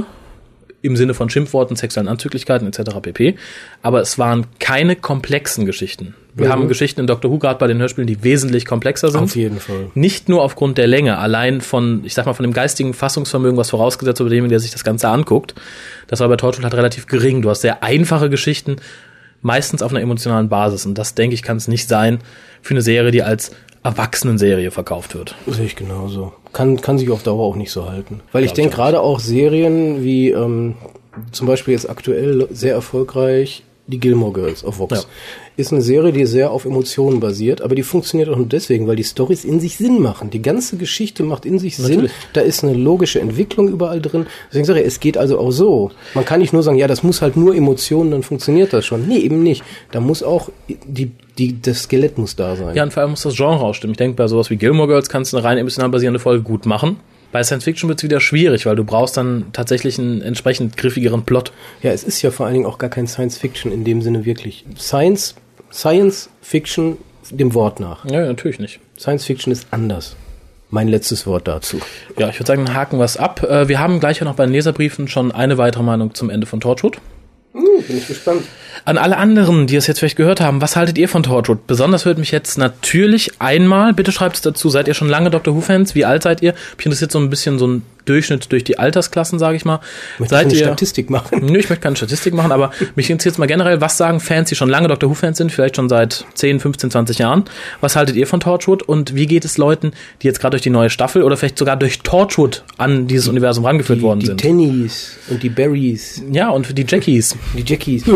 im Sinne von Schimpfworten, sexuellen Anzüglichkeiten et cetera pp. Aber es waren keine komplexen Geschichten. Wir mhm. haben Geschichten in Doctor Who, gerade bei den Hörspielen, die wesentlich komplexer sind. Auf jeden Fall. Nicht nur aufgrund der Länge, allein von, ich sag mal, von dem geistigen Fassungsvermögen, was vorausgesetzt wird, bei dem, der sich das Ganze anguckt. Das war bei Torchwood halt relativ gering. Du hast sehr einfache Geschichten, meistens auf einer emotionalen Basis. Und das, denke ich, kann es nicht sein für eine Serie, die als Erwachsenenserie verkauft wird. Sehe ich genauso. Kann, kann sich auf Dauer auch nicht so halten. Weil ich denke, gerade auch Serien wie ähm, zum Beispiel jetzt aktuell sehr erfolgreich die Gilmore Girls auf Vox. Ja. Ist eine Serie, die sehr auf Emotionen basiert, aber die funktioniert auch nur deswegen, weil die Storys in sich Sinn machen. Die ganze Geschichte macht in sich Natürlich. Sinn. Da ist eine logische Entwicklung überall drin. Deswegen sage ich, es geht also auch so. Man kann nicht nur sagen, ja, das muss halt nur Emotionen, dann funktioniert das schon. Nee, eben nicht. Da muss auch die, die, das Skelett muss da sein. Ja, und vor allem muss das Genre ausstimmen. Ich denke, bei sowas wie Gilmore Girls kannst du eine rein emotional basierende Folge gut machen. Bei Science Fiction wird es wieder schwierig, weil du brauchst dann tatsächlich einen entsprechend griffigeren Plot. Ja, es ist ja vor allen Dingen auch gar kein Science Fiction in dem Sinne wirklich. Science, Science Fiction dem Wort nach. Ja, natürlich nicht. Science Fiction ist anders. Mein letztes Wort dazu. Ja, ich würde sagen, haken wir es ab. Wir haben gleich noch bei den Leserbriefen schon eine weitere Meinung zum Ende von Torchwood. Hm, bin ich gespannt. An alle anderen, die es jetzt vielleicht gehört haben, was haltet ihr von Torchwood? Besonders würde mich jetzt natürlich einmal, bitte schreibt es dazu, seid ihr schon lange Doctor Who-Fans? Wie alt seid ihr? Mich interessiert so ein bisschen so ein Durchschnitt durch die Altersklassen, sage ich mal. Möchtest du eine Statistik machen? Nö, ich möchte keine Statistik machen, aber mich interessiert jetzt mal generell, was sagen Fans, die schon lange Doctor Who-Fans sind, vielleicht schon seit zehn, fünfzehn, zwanzig Jahren? Was haltet ihr von Torchwood und wie geht es Leuten, die jetzt gerade durch die neue Staffel oder vielleicht sogar durch Torchwood an dieses Universum rangeführt die, worden die sind? Die Tennys und die Berries. Ja, und für die Jackies. Die Jackies.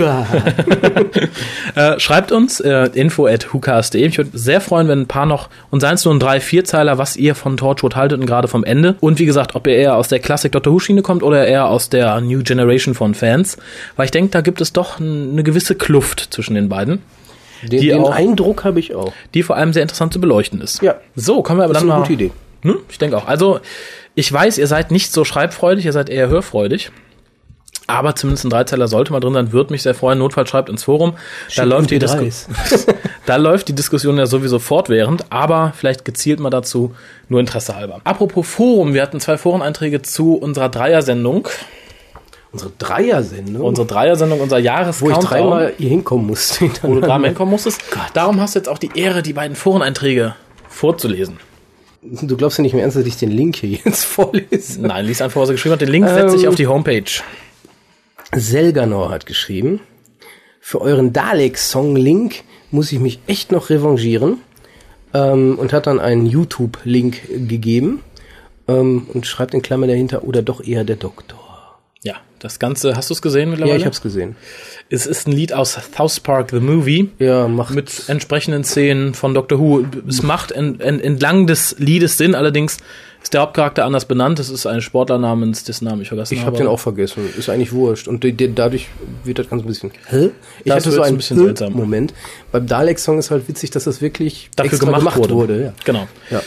äh, schreibt uns äh, info at whocast punkt de. Ich würde sehr freuen, wenn ein paar noch, und seien es nur ein drei, vier Zeiler, was ihr von Torchwood haltet und gerade vom Ende. Und wie gesagt, ob ihr eher aus der Classic Doctor Who Schiene kommt oder eher aus der New Generation von Fans. Weil ich denke, da gibt es doch n- eine gewisse Kluft zwischen den beiden. Den, den auch, Eindruck habe ich auch. Die vor allem sehr interessant zu beleuchten ist. Ja. So, kommen wir aber das dann mal. Das ist eine gute Idee. Hm? Ich denke auch. Also, ich weiß, ihr seid nicht so schreibfreudig, ihr seid eher hörfreudig. Aber zumindest ein Dreizeiler sollte mal drin sein, würde mich sehr freuen. Notfalls schreibt ins Forum. Da läuft, die Disku- da läuft die Diskussion ja sowieso fortwährend, aber vielleicht gezielt mal dazu, nur Interesse halber. Apropos Forum, wir hatten zwei Foreneinträge zu unserer Dreier-Sendung. Unsere Dreier-Sendung? Unsere Dreier-Sendung, unser Jahres-Countdown. Wo ich dreimal hier hinkommen musste. Wo du dreimal hinkommen musstest. Gott. Darum hast du jetzt auch die Ehre, die beiden Foreneinträge vorzulesen. Du glaubst ja nicht mehr ernst, dass ich den Link hier jetzt vorlese? Nein, lies einfach, was er geschrieben hat. Den Link setze ich ähm, auf die Homepage. Selganor hat geschrieben, für euren Dalek-Song-Link muss ich mich echt noch revanchieren, ähm, und hat dann einen YouTube-Link gegeben, ähm, und schreibt in Klammern dahinter, oder doch eher der Doktor. Ja, das Ganze, hast du es gesehen mittlerweile? Ja, ich hab's gesehen. Es ist ein Lied aus South Park, the Movie. Ja, macht. Mit entsprechenden Szenen von Doctor Who. Es macht en, en, entlang des Liedes Sinn, allerdings ist der Hauptcharakter anders benannt. Es ist ein Sportler namens, dessen Namen ich vergessen ich habe. Ich habe den auch vergessen. Ist eigentlich wurscht. Und die, die, dadurch wird das ganz ein bisschen, hä? Ich das hatte so einen ein bisschen seltsam. Moment. Beim Dalek-Song ist halt witzig, dass das wirklich dafür extra gemacht, gemacht wurde. wurde ja. Genau. Ja.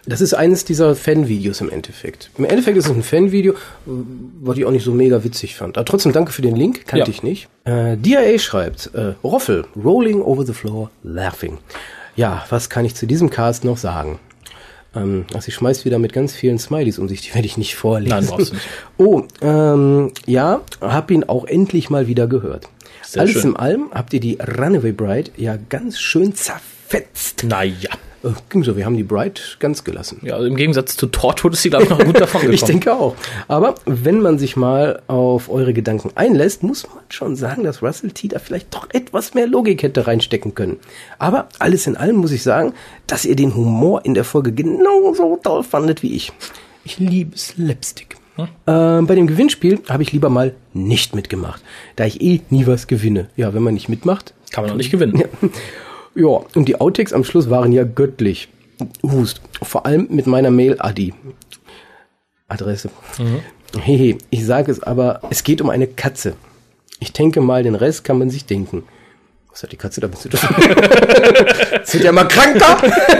Das ist eines dieser Fanvideos im Endeffekt. Im Endeffekt ist es ein Fanvideo, was ich auch nicht so mega witzig fand. Aber trotzdem danke für den Link, kannte ja. ich nicht. Äh, D I A schreibt, äh, Roffel, rolling over the floor, laughing. Ja, was kann ich zu diesem Cast noch sagen? Ähm, also ich schmeiß wieder mit ganz vielen Smileys um sich, die werde ich nicht vorlesen. Nein, brauchst du nicht. Oh, ähm, ja, hab ihn auch endlich mal wieder gehört. Sehr Alles schön. Im allem habt ihr die Runaway Bride ja ganz schön zerfetzt. Naja. Ging so, wir haben die Bride ganz gelassen. Ja, also im Gegensatz zu Torchwood ist sie, glaube ich, noch gut davon gekommen. Ich denke auch. Aber wenn man sich mal auf eure Gedanken einlässt, muss man schon sagen, dass Russell T. da vielleicht doch etwas mehr Logik hätte reinstecken können. Aber alles in allem muss ich sagen, dass ihr den Humor in der Folge genauso toll fandet wie ich. Ich liebe Slapstick. Hm? Ähm, bei dem Gewinnspiel habe ich lieber mal nicht mitgemacht, da ich eh nie was gewinne. Ja, wenn man nicht mitmacht, kann man auch nicht gewinnen. Ja. Ja, und die Outtakes am Schluss waren ja göttlich. Hust. Vor allem mit meiner Mail-Adi. Adresse. Mhm. Hehe, ich sage es aber, es geht um eine Katze. Ich denke mal, den Rest kann man sich denken. Was hat die Katze damit zu tun? Das wird ja mal kranker.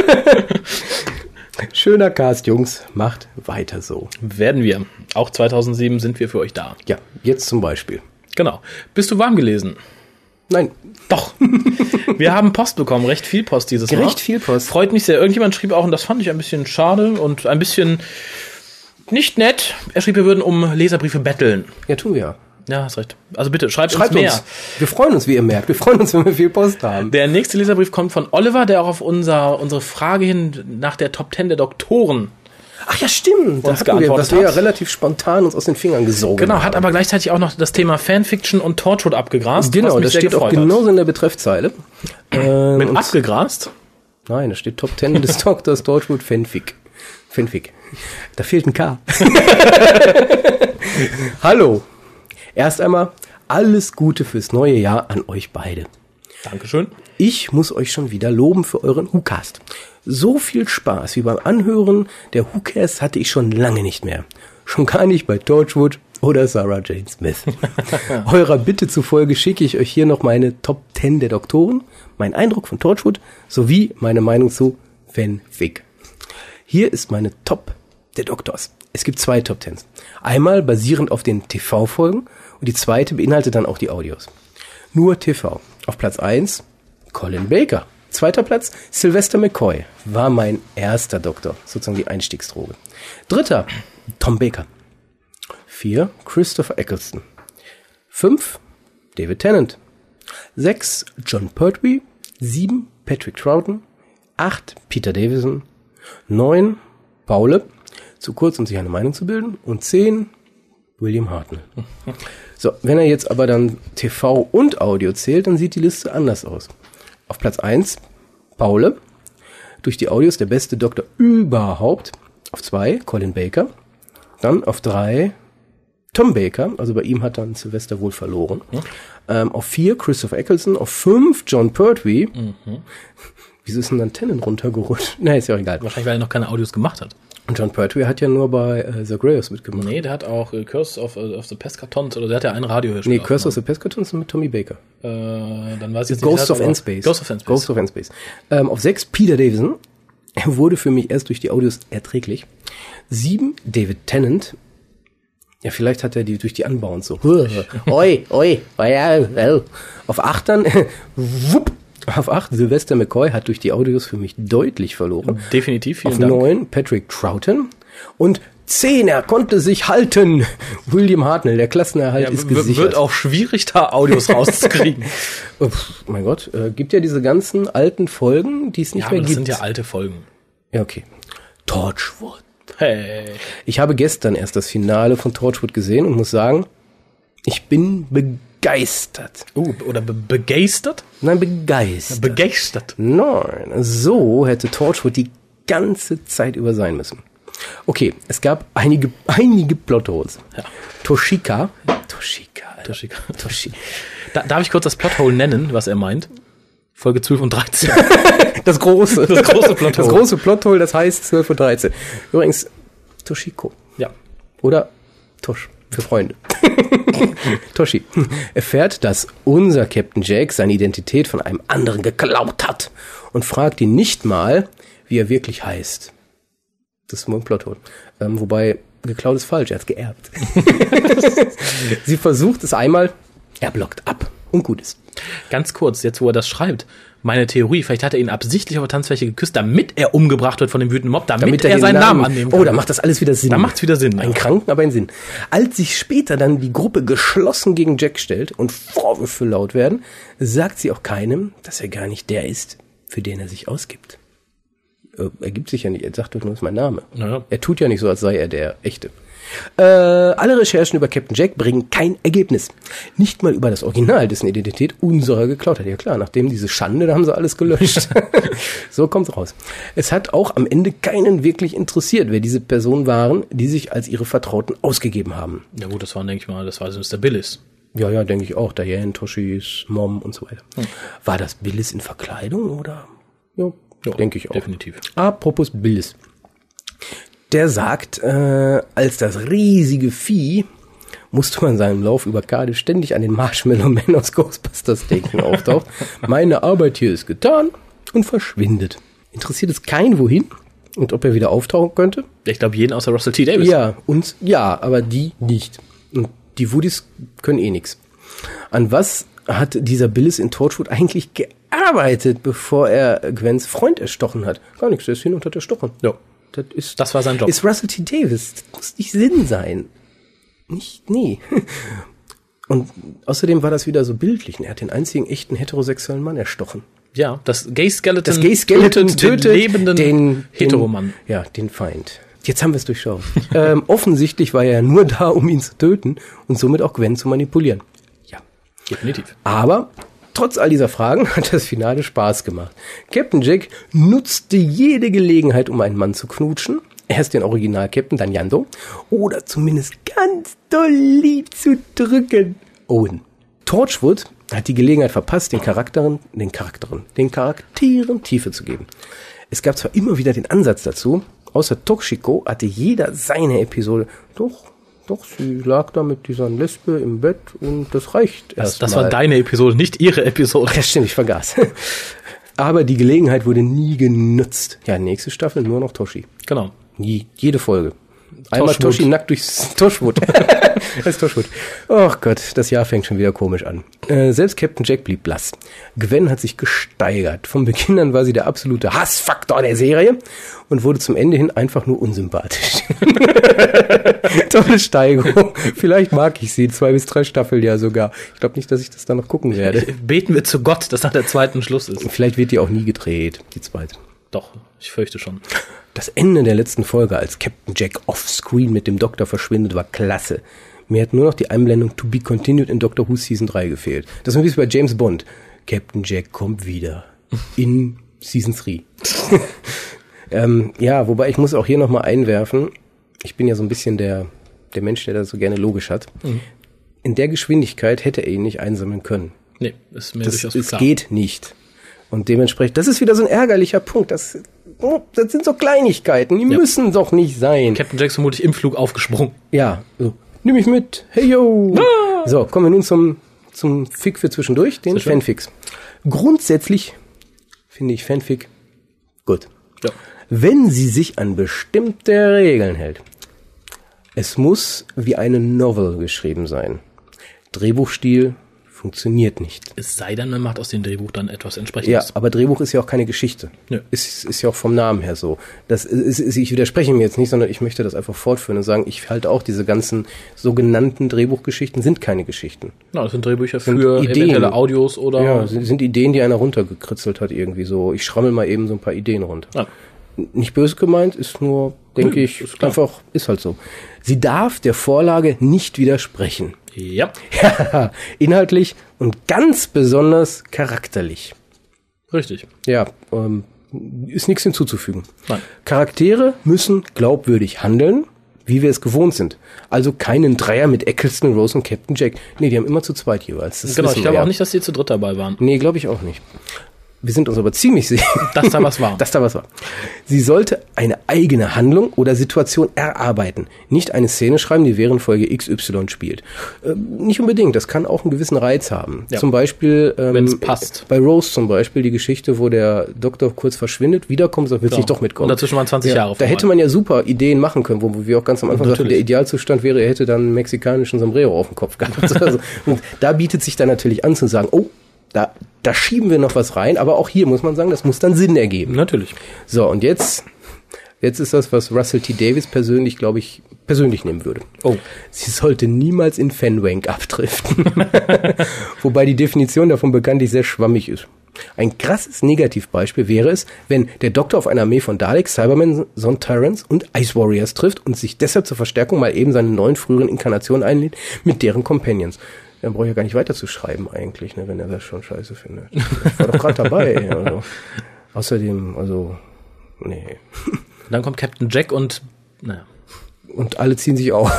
Schöner Cast, Jungs. Macht weiter so. Werden wir. Auch zweitausendsieben sind wir für euch da. Ja, jetzt zum Beispiel. Genau. Bist du warm gelesen? Nein. Doch. Wir haben Post bekommen, recht viel Post dieses Mal. Recht viel Post. Freut mich sehr. Irgendjemand schrieb auch, und das fand ich ein bisschen schade und ein bisschen nicht nett. Er schrieb, wir würden um Leserbriefe betteln. Ja, tun wir. Ja, hast recht. Also bitte, schreibt, schreibt uns mehr. Uns. Wir freuen uns, wie ihr merkt. Wir freuen uns, wenn wir viel Post haben. Der nächste Leserbrief kommt von Oliver, der auch auf unser, unsere Frage hin nach der Top Ten der Doktoren Ach ja, stimmt. uns da geantwortet wir, was wir ja relativ spontan uns aus den Fingern gesogen Genau, haben. hat aber gleichzeitig auch noch das Thema Fanfiction und Torchwood abgegrast. Genau, das steht auch genauso in der Betreffzeile. Ähm, Mit abgegrast? Nein, da steht Top Ten des Doktors Torchwood Fanfic. Fanfic. Da fehlt ein K. Hallo. Erst einmal alles Gute fürs neue Jahr an euch beide. Dankeschön. Ich muss euch schon wieder loben für euren WhoCast. So viel Spaß wie beim Anhören der WhoCast hatte ich schon lange nicht mehr. Schon gar nicht bei Torchwood oder Sarah Jane Smith. Eurer Bitte zufolge schicke ich euch hier noch meine Top Ten der Doktoren, mein Eindruck von Torchwood sowie meine Meinung zu Fanfic. Hier ist meine Top der Doktors. Es gibt zwei Top Tens. Einmal basierend auf den T V-Folgen und die zweite beinhaltet dann auch die Audios. Nur T V. Auf Platz eins Colin Baker. Zweiter Platz Sylvester McCoy. War mein erster Doktor, sozusagen die Einstiegsdroge. Dritter Tom Baker. Vier Christopher Eccleston. Fünf David Tennant. Sechs John Pertwee. Sieben Patrick Troughton. Acht Peter Davison. Neun Paule. Zu kurz, um sich eine Meinung zu bilden. Und zehn William Hartnell. So, wenn er jetzt aber dann T V und Audio zählt, dann sieht die Liste anders aus. Auf Platz eins Paule. Durch die Audios der beste Doktor überhaupt. Auf zwei Colin Baker. Dann auf drei Tom Baker. Also bei ihm hat dann Sylvester wohl verloren. Mhm. Ähm, auf vier Christopher Eccleston. Auf fünf John Pertwee. Mhm. Wieso ist denn dann Tennant runtergerutscht? Na, ist ja auch egal. Wahrscheinlich, weil er noch keine Audios gemacht hat. Und John Pertwee hat ja nur bei äh, The Greyhounds mitgemacht. Nee, der hat auch äh, Curse of, uh, of the Pescatons, oder der hat ja ein Radiohörspiel. Nee, Curse of the Pescatons mit Tommy Baker. Äh, dann weiß ich jetzt Ghost nicht. Of N-Space. Ghost of N-Space. Ghost of N-Space. Ähm, auf sechs Peter Davison. Er wurde für mich erst durch die Audios erträglich. Sieben David Tennant. Ja, vielleicht hat er die durch die Anbauung so. Oi, oi, oi, auf acht dann, wupp. Auf acht Sylvester McCoy hat durch die Audios für mich deutlich verloren. Definitiv, vielen Auf Dank. neun Patrick Troughton. Und zehn, er konnte sich halten. William Hartnell, der Klassenerhalt ja, ist gesichert. Wird auch schwierig, da Audios rauszukriegen. Oh, mein Gott, äh, gibt ja diese ganzen alten Folgen, die es nicht ja, mehr aber das gibt. sind ja alte Folgen. Ja, okay. Torchwood. Hey. Ich habe gestern erst das Finale von Torchwood gesehen und muss sagen, ich bin begeistert. Uh, oder be- begeistert? Nein, begeistert. Begeistert. Nein, so hätte Torchwood die ganze Zeit über sein müssen. Okay, es gab einige, einige Plotholes. Ja. Toshika. Toshika. Toshika. Toshika. Da, darf ich kurz das Plothole nennen, was er meint? Folge zwölf und dreizehn. Das große. Das große Plothole. Das große Plothole, das heißt zwölf und dreizehn. Übrigens, Toshiko. Ja. Oder Tosh. Für Freunde. Toshi erfährt, dass unser Captain Jack seine Identität von einem anderen geklaut hat und fragt ihn nicht mal, wie er wirklich heißt. Das ist wohl ein Plothole. Ähm, wobei, geklaut ist falsch, er hat's geerbt. Sie versucht es einmal, er blockt ab und gut ist. Ganz kurz, jetzt wo er das schreibt, meine Theorie, vielleicht hat er ihn absichtlich auf der Tanzfläche geküsst, damit er umgebracht wird von dem wütenden Mob, damit, damit er, er seinen Namen, Namen annehmen kann. Oh, da macht das alles wieder Sinn. Da macht's wieder Sinn. Ein ja. Kranken, aber ein Sinn. Als sich später dann die Gruppe geschlossen gegen Jack stellt und Vorwürfe laut werden, sagt sie auch keinem, dass er gar nicht der ist, für den er sich ausgibt. Er gibt sich ja nicht, er sagt doch nur, das ist mein Name. Naja. Er tut ja nicht so, als sei er der Echte. Äh, alle Recherchen über Captain Jack bringen kein Ergebnis. Nicht mal über das Original, dessen Identität unserer geklaut hat. Ja klar, nachdem diese Schande, da haben sie alles gelöscht. So kommt's raus. Es hat auch am Ende keinen wirklich interessiert, wer diese Personen waren, die sich als ihre Vertrauten ausgegeben haben. Ja gut, das waren, denke ich mal, das war so Mister Billis. Ja, ja, denke ich auch. Diane, Toshis, Mom und so weiter. Hm. War das Billis in Verkleidung oder? Ja, ja denke ich auch. Definitiv. Apropos Billis. Der sagt, äh, als das riesige Vieh musste man seinem Lauf über Cardiff ständig an den Marshmallow Man aus Ghostbusters denken auftaucht. Meine Arbeit hier ist getan und verschwindet. Interessiert es keinen wohin und ob er wieder auftauchen könnte? Ich glaube jeden außer Russell T. Davies. Ja, uns ja, aber die nicht. Und die Woodies können eh nix. An was hat dieser Billis in Torchwood eigentlich gearbeitet, bevor er Gwens Freund erstochen hat? Gar nichts, der ist hin und hat erstochen. Ja. Das, ist, das war sein Job. Ist Russell T. Davies. Das muss nicht Sinn sein. Nicht, nee. Und außerdem war das wieder so bildlich. Er hat den einzigen echten heterosexuellen Mann erstochen. Ja, das Gay Skeleton, das Gay Skeleton tötet, tötet den lebenden den, Heteromann. Den, ja, den Feind. Jetzt haben wir es durchschaut. ähm, offensichtlich war er ja nur da, um ihn zu töten und somit auch Gwen zu manipulieren. Ja. Definitiv. Aber trotz all dieser Fragen hat das Finale Spaß gemacht. Captain Jack nutzte jede Gelegenheit, um einen Mann zu knutschen. Erst den Original-Captain, dann Yando. Oder zumindest ganz doll lieb zu drücken. Owen. Torchwood hat die Gelegenheit verpasst, den Charakteren, den Charakteren, den Charakteren Tiefe zu geben. Es gab zwar immer wieder den Ansatz dazu, außer Toshiko hatte jeder seine Episode. Doch, doch, sie lag da mit dieser Lesbe im Bett und das reicht erst Das, das war deine Episode, nicht ihre Episode. Ja, stimmt, ich vergaß. Aber die Gelegenheit wurde nie genutzt. Ja, nächste Staffel nur noch Toshi. Genau. Nie, jede Folge. Einmal Toshwood. Toshi nackt durchs Torchwood. Das ist Torchwood. Ach Gott, das Jahr fängt schon wieder komisch an. Äh, selbst Captain Jack blieb blass. Gwen hat sich gesteigert. Von Beginn an war sie der absolute Hassfaktor der Serie und wurde zum Ende hin einfach nur unsympathisch. Tolle Steigerung. Vielleicht mag ich sie zwei bis drei Staffeln ja sogar. Ich glaube nicht, dass ich das dann noch gucken werde. Beten wir zu Gott, dass nach der zweiten Schluss ist. Vielleicht wird die auch nie gedreht, die zweite. Doch, ich fürchte schon. Das Ende der letzten Folge, als Captain Jack offscreen mit dem Doktor verschwindet, war klasse. Mir hat nur noch die Einblendung To Be Continued in Doctor Who Season drei gefehlt. Das ist ein bisschen bei James Bond. Captain Jack kommt wieder. In Season drei. ähm, ja, wobei ich muss auch hier nochmal einwerfen, ich bin ja so ein bisschen der, der Mensch, der das so gerne logisch hat. Mhm. In der Geschwindigkeit hätte er ihn nicht einsammeln können. Nee, ist mir das, durchaus das klar. geht nicht. Und dementsprechend, das ist wieder so ein ärgerlicher Punkt. Das, das sind so Kleinigkeiten, die ja. müssen doch nicht sein. Captain Jack ist vermutlich im Flug aufgesprungen. Ja, so, nimm mich mit, hey yo. Ah! So, kommen wir nun zum, zum Fick für zwischendurch, den Fanfics. Grundsätzlich finde ich Fanfic gut. Ja. Wenn sie sich an bestimmte Regeln hält. Es muss wie eine Novel geschrieben sein. Drehbuchstil funktioniert nicht. Es sei denn, man macht aus dem Drehbuch dann etwas Entsprechendes. Ja, aber Drehbuch ist ja auch keine Geschichte. Ja. Ist, ist ja auch vom Namen her so. Das ist, ist, ich widerspreche mir jetzt nicht, sondern ich möchte das einfach fortführen und sagen, ich halte auch, diese ganzen sogenannten Drehbuchgeschichten sind keine Geschichten. Ja, das sind Drehbücher sind für Ideen. eventuelle Audios oder... Ja, sind, sind Ideen, die einer runtergekritzelt hat irgendwie so. Ich schrammel mal eben so ein paar Ideen runter. Ja. Nicht böse gemeint, ist nur, denke ja, ich, ist einfach, ist halt so. Sie darf der Vorlage nicht widersprechen. Ja. Ja, inhaltlich und ganz besonders charakterlich. Richtig. Ja, ähm, ist nichts hinzuzufügen. Nein. Charaktere müssen glaubwürdig handeln, wie wir es gewohnt sind. Also keinen Dreier mit Eccleston, Rose und Captain Jack. Nee, die haben immer zu zweit jeweils. Das genau, ich glaube ja. auch nicht, dass die zu dritt dabei waren. Nee, glaube ich auch nicht. wir sind uns aber ziemlich sicher, dass da was war. dass da was war. Sie sollte eine eigene Handlung oder Situation erarbeiten, nicht eine Szene schreiben, die während Folge X Y spielt. Äh, nicht unbedingt, das kann auch einen gewissen Reiz haben. Ja. Zum Beispiel, ähm, wenn es passt. Bei Rose zum Beispiel, die Geschichte, wo der Doktor kurz verschwindet, wiederkommt, sagt, willst du nicht doch mitkommen? Und dazwischen waren zwanzig ja, Jahre. Da hätte man ja super Ideen machen können, wo wir auch ganz am Anfang sagten, der Idealzustand wäre, er hätte dann einen mexikanischen Sombrero auf dem Kopf gehabt. Also, und da bietet sich dann natürlich an zu sagen, oh, Da, da schieben wir noch was rein, aber auch hier muss man sagen, das muss dann Sinn ergeben. Natürlich. So, und jetzt, jetzt ist das, was Russell T. Davies persönlich, glaube ich, persönlich nehmen würde. Oh. Sie sollte niemals in Fanwank abdriften. Wobei die Definition davon bekanntlich sehr schwammig ist. Ein krasses Negativbeispiel wäre es, wenn der Doktor auf eine Armee von Daleks, Cybermen, Sontarans und Ice Warriors trifft und sich deshalb zur Verstärkung mal eben seine neuen früheren Inkarnationen einlädt mit deren Companions. Dann brauche ich ja gar nicht weiter zu schreiben eigentlich, ne, wenn er das schon scheiße findet. Ich war doch gerade dabei. Also. Außerdem, also, nee. Dann kommt Captain Jack und, naja. Und alle ziehen sich auf.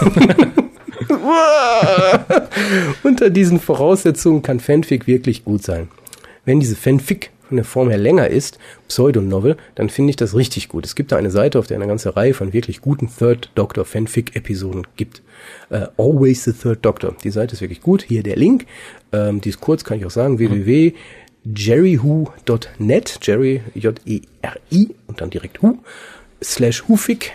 Unter diesen Voraussetzungen kann Fanfic wirklich gut sein. Wenn diese Fanfic von der Form her länger ist, Pseudonovel, dann finde ich das richtig gut. Es gibt da eine Seite, auf der eine ganze Reihe von wirklich guten Third Doctor Fanfic-Episoden gibt. Uh, Always the Third Doctor. Die Seite ist wirklich gut. Hier der Link. Ähm, die ist kurz, kann ich auch sagen. Mhm. w w w punkt jerry who punkt net. Jerry, J E R I und dann direkt Who. Slash Hufic.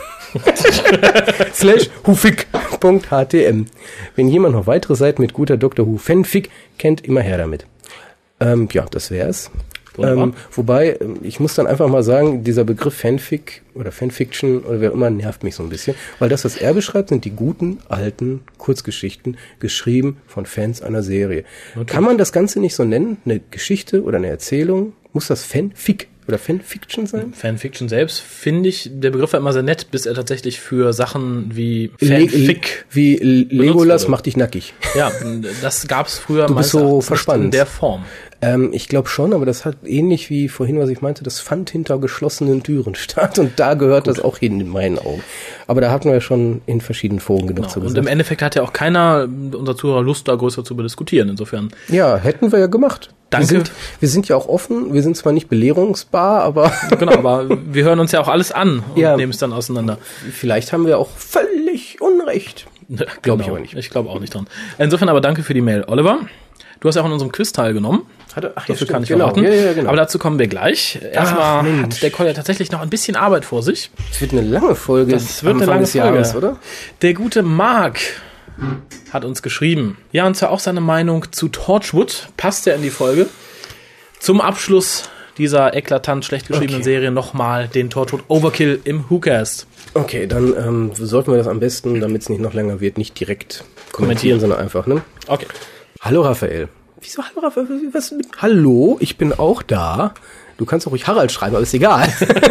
slash Hufic Punkt H T M. Wenn jemand noch weitere Seiten mit guter Doctor Who Fanfic kennt, immer her damit. Ähm, ja, das wär's. Ähm, wobei, ich muss dann einfach mal sagen, dieser Begriff Fanfic oder Fanfiction oder wer immer nervt mich so ein bisschen, weil das, was er beschreibt, sind die guten, alten Kurzgeschichten, geschrieben von Fans einer Serie. Okay. Kann man das Ganze nicht so nennen? Eine Geschichte oder eine Erzählung? Muss das Fanfic oder Fanfiction sein? Fanfiction selbst finde ich, der Begriff war immer sehr nett, bis er tatsächlich für Sachen wie Fanfic Le- wie Legolas macht dich nackig. Ja, das gab's früher du bist so verspannt in der Form. Ähm, ich glaube schon, aber das hat ähnlich wie vorhin, was ich meinte, das fand hinter geschlossenen Türen statt und da gehört Gut. das auch hin in meinen Augen. Aber da hatten wir ja schon in verschiedenen Foren genug genau. zu gesagt. Und im Endeffekt hat ja auch keiner unserer Zuhörer Lust, da größer zu diskutieren, insofern. Ja, hätten wir ja gemacht. Danke. Wir sind, wir sind ja auch offen, wir sind zwar nicht belehrungsbar, aber... Genau, aber wir hören uns ja auch alles an und ja, nehmen es dann auseinander. Vielleicht haben wir auch völlig Unrecht. Glaube genau. ich aber nicht. Ich glaube auch nicht dran. Insofern aber danke für die Mail, Oliver. Du hast ja auch an unserem Quiz teilgenommen. Hatte, ach, Dafür ja, kann ich genau. verraten. Ja, ja, genau. Aber dazu kommen wir gleich. Erstmal ach, hat der Collier tatsächlich noch ein bisschen Arbeit vor sich. Es wird eine lange Folge. Das wird eine lange Folge, Jahres, oder? Der gute Mark hat uns geschrieben. Ja, und zwar auch seine Meinung zu Torchwood. Passt ja in die Folge. Zum Abschluss dieser eklatant schlecht geschriebenen okay. Serie nochmal den Torchwood Overkill im WhoCast. Okay, dann ähm, sollten wir das am besten, damit es nicht noch länger wird, nicht direkt kommentieren, kommentieren, sondern einfach, ne? Okay. Hallo Raphael. Wieso hallo Raphael? Was? Hallo, ich bin auch da. Du kannst auch ruhig Harald schreiben, aber ist egal.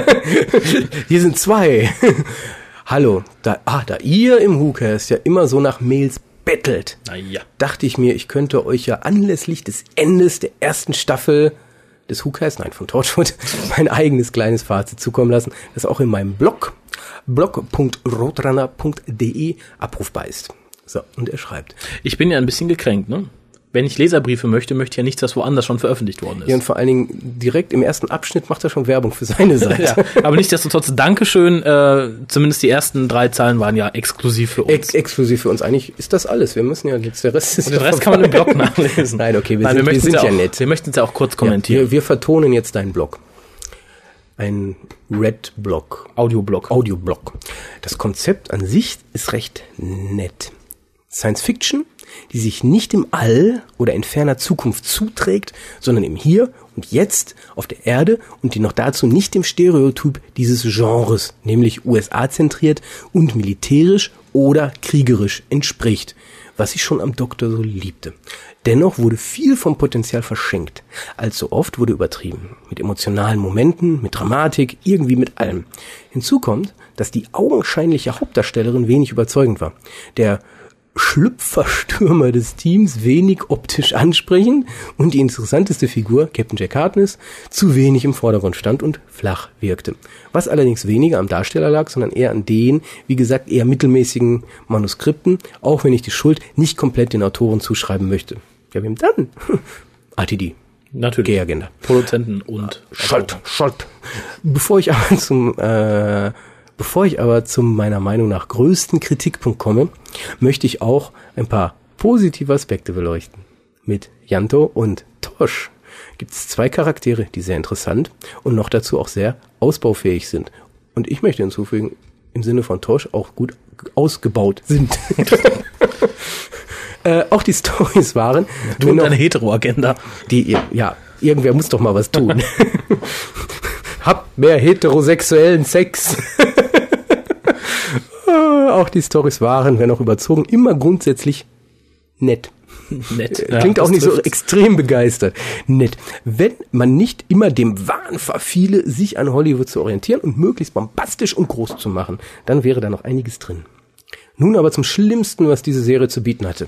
Hier sind zwei. Hallo, da, ah, da ihr im WhoCast ja immer so nach Mails bettelt, Na ja. dachte ich mir, ich könnte euch ja anlässlich des Endes der ersten Staffel des WhoCast, nein, von Torchwood, mein eigenes kleines Fazit zukommen lassen, das auch in meinem Blog, blog punkt roadrunner punkt de abrufbar ist. So, und er schreibt. Ich bin ja ein bisschen gekränkt, ne? Wenn ich Leserbriefe möchte, möchte ich ja nichts, was woanders schon veröffentlicht worden ist. Ja, und vor allen Dingen direkt im ersten Abschnitt macht er schon Werbung für seine Seite. Ja, aber nichtsdestotrotz, Dankeschön. Äh, zumindest die ersten drei Zeilen waren ja exklusiv für uns. Ex- exklusiv für uns. Eigentlich ist das alles. Wir müssen ja jetzt, der Rest ist und den Rest kann man im Blog nachlesen. Nein, okay, wir Nein, sind, wir wir sind ja, ja auch, nett. Wir möchten es ja auch kurz kommentieren. Ja, wir, wir vertonen jetzt deinen Blog. Ein Red-Blog. Audioblog. Audioblog. Das Konzept an sich ist recht nett. Science Fiction, die sich nicht im All oder in ferner Zukunft zuträgt, sondern im Hier und Jetzt auf der Erde und die noch dazu nicht dem Stereotyp dieses Genres, nämlich U S A-zentriert und militärisch oder kriegerisch entspricht, was ich schon am Doktor so liebte. Dennoch wurde viel vom Potenzial verschenkt. Allzu oft wurde übertrieben. Mit emotionalen Momenten, mit Dramatik, irgendwie mit allem. Hinzu kommt, dass die augenscheinliche Hauptdarstellerin wenig überzeugend war. Der Schlüpferstürmer des Teams wenig optisch ansprechend und die interessanteste Figur, Captain Jack Harkness, zu wenig im Vordergrund stand und flach wirkte. Was allerdings weniger am Darsteller lag, sondern eher an den, wie gesagt, eher mittelmäßigen Manuskripten, auch wenn ich die Schuld nicht komplett den Autoren zuschreiben möchte. Ja, wem dann? R T D. Natürlich. Gay-Agenda. Produzenten und Schalt, schalt. Bevor ich aber zum, äh, bevor ich aber zu meiner Meinung nach größten Kritikpunkt komme, möchte ich auch ein paar positive Aspekte beleuchten. Mit Janto und Tosh gibt es zwei Charaktere, die sehr interessant und noch dazu auch sehr ausbaufähig sind. Und ich möchte hinzufügen, im Sinne von Tosh auch gut ausgebaut sind. äh, auch die Storys waren... Du und deine Hetero-Agenda. Die, ja, irgendwer muss doch mal was tun. Habt mehr heterosexuellen Sex. Auch die Storys waren, wenn auch überzogen, immer grundsätzlich nett. Nett. Klingt ja, auch nicht trifft's. so extrem begeistert. Nett. Wenn man nicht immer dem Wahn verfiele, sich an Hollywood zu orientieren und möglichst bombastisch und groß zu machen, dann wäre da noch einiges drin. Nun aber zum Schlimmsten, was diese Serie zu bieten hatte.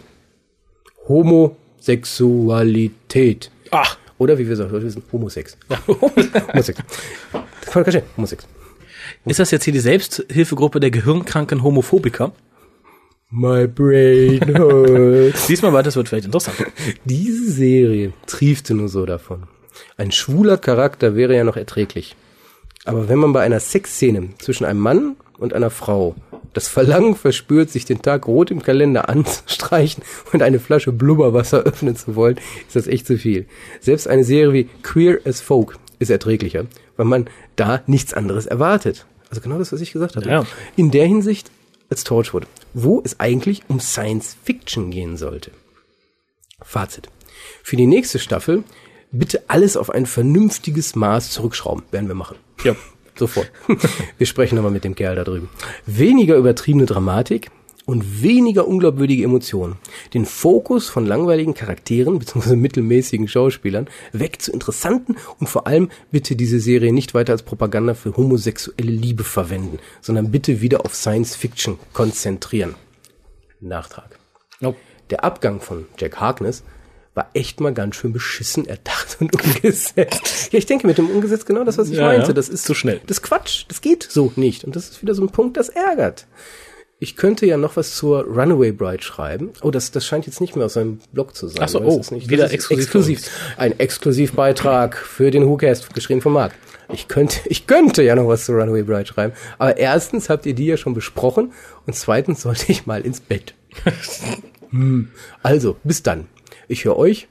Homosexualität. Ach. Oder wie wir sagen, wir wissen, Homosex. Ja. Homosex. Homosex. Ist das jetzt hier die Selbsthilfegruppe der gehirnkranken Homophobiker? My brain hurts. Diesmal weiter, das wird vielleicht interessant. Diese Serie triefte nur so davon. Ein schwuler Charakter wäre ja noch erträglich. Aber wenn man bei einer Sexszene zwischen einem Mann und einer Frau das Verlangen verspürt, sich den Tag rot im Kalender anzustreichen und eine Flasche Blubberwasser öffnen zu wollen, ist das echt zu viel. Selbst eine Serie wie Queer as Folk ist erträglicher, weil man da nichts anderes erwartet. Also genau das, was ich gesagt habe. Ja. In der Hinsicht als Torchwood, wo es eigentlich um Science Fiction gehen sollte. Fazit. Für die nächste Staffel bitte alles auf ein vernünftiges Maß zurückschrauben. Werden wir machen. Ja. Sofort. Wir sprechen aber mit dem Kerl da drüben. Weniger übertriebene Dramatik und weniger unglaubwürdige Emotionen. Den Fokus von langweiligen Charakteren bzw. mittelmäßigen Schauspielern weg zu interessanten und vor allem bitte diese Serie nicht weiter als Propaganda für homosexuelle Liebe verwenden, sondern bitte wieder auf Science Fiction konzentrieren. Nachtrag. Nope. Der Abgang von Jack Harkness war echt mal ganz schön beschissen erdacht und umgesetzt. Ja, ich denke mit dem umgesetzt genau das, was ich ja, meinte. Ja. Das ist zu schnell. Das ist Quatsch. Das geht so nicht. Und das ist wieder so ein Punkt, das ärgert. Ich könnte ja noch was zur Runaway Bride schreiben. Oh, das, das scheint jetzt nicht mehr aus seinem Blog zu sein. Ach so, das oh, ist nicht, wieder das ist exklusiv. exklusiv. Ein Exklusivbeitrag für den WhoCast, geschrieben von Marc. Ich könnte, ich könnte ja noch was zur Runaway Bride schreiben. Aber erstens habt ihr die ja schon besprochen und zweitens sollte ich mal ins Bett. hm. Also, bis dann. Ich höre euch.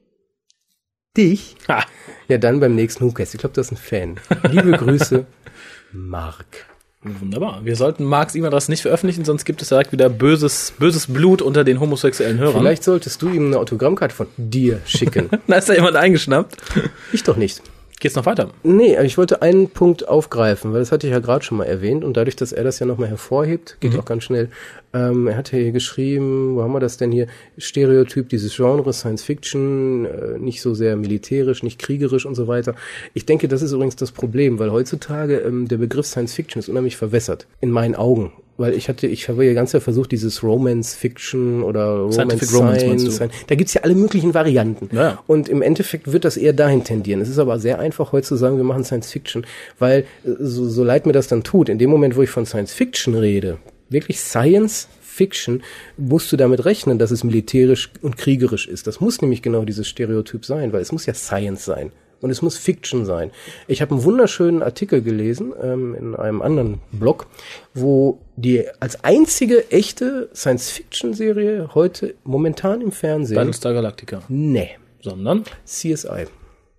Dich? Ha. Ja, dann beim nächsten WhoCast. Ich glaube, du hast einen Fan. Liebe Grüße, Marc. Wunderbar. Wir sollten Marks E-Mail-Adresse nicht veröffentlichen, sonst gibt es direkt wieder böses, böses Blut unter den homosexuellen Hörern. Vielleicht solltest du ihm eine Autogrammkarte von dir schicken. Da ist da jemand eingeschnappt. Ich doch nicht. Geht's noch weiter? Nee, ich wollte einen Punkt aufgreifen, weil das hatte ich ja gerade schon mal erwähnt und dadurch, dass er das ja nochmal hervorhebt, geht mhm. auch ganz schnell. Ähm, er hat hier geschrieben, wo haben wir das denn hier? Stereotyp dieses Genres, Science Fiction, äh, nicht so sehr militärisch, nicht kriegerisch und so weiter. Ich denke, das ist übrigens das Problem, weil heutzutage ähm, der Begriff Science Fiction ist unheimlich verwässert, in meinen Augen. Weil ich hatte, ich habe ja ganz versucht, dieses Romance Fiction oder Romance Science, Science, da gibt's ja alle möglichen Varianten. Ja. Und im Endeffekt wird das eher dahin tendieren. Es ist aber sehr einfach, heute zu sagen, wir machen Science Fiction, weil so, so leid mir das dann tut, in dem Moment, wo ich von Science Fiction rede, wirklich Science Fiction, musst du damit rechnen, dass es militärisch und kriegerisch ist. Das muss nämlich genau dieses Stereotyp sein, weil es muss ja Science sein. Und es muss Fiction sein. Ich habe einen wunderschönen Artikel gelesen ähm, in einem anderen Blog, wo die als einzige echte Science-Fiction-Serie heute momentan im Fernsehen... Battlestar Galactica. Nee. Sondern? C S I.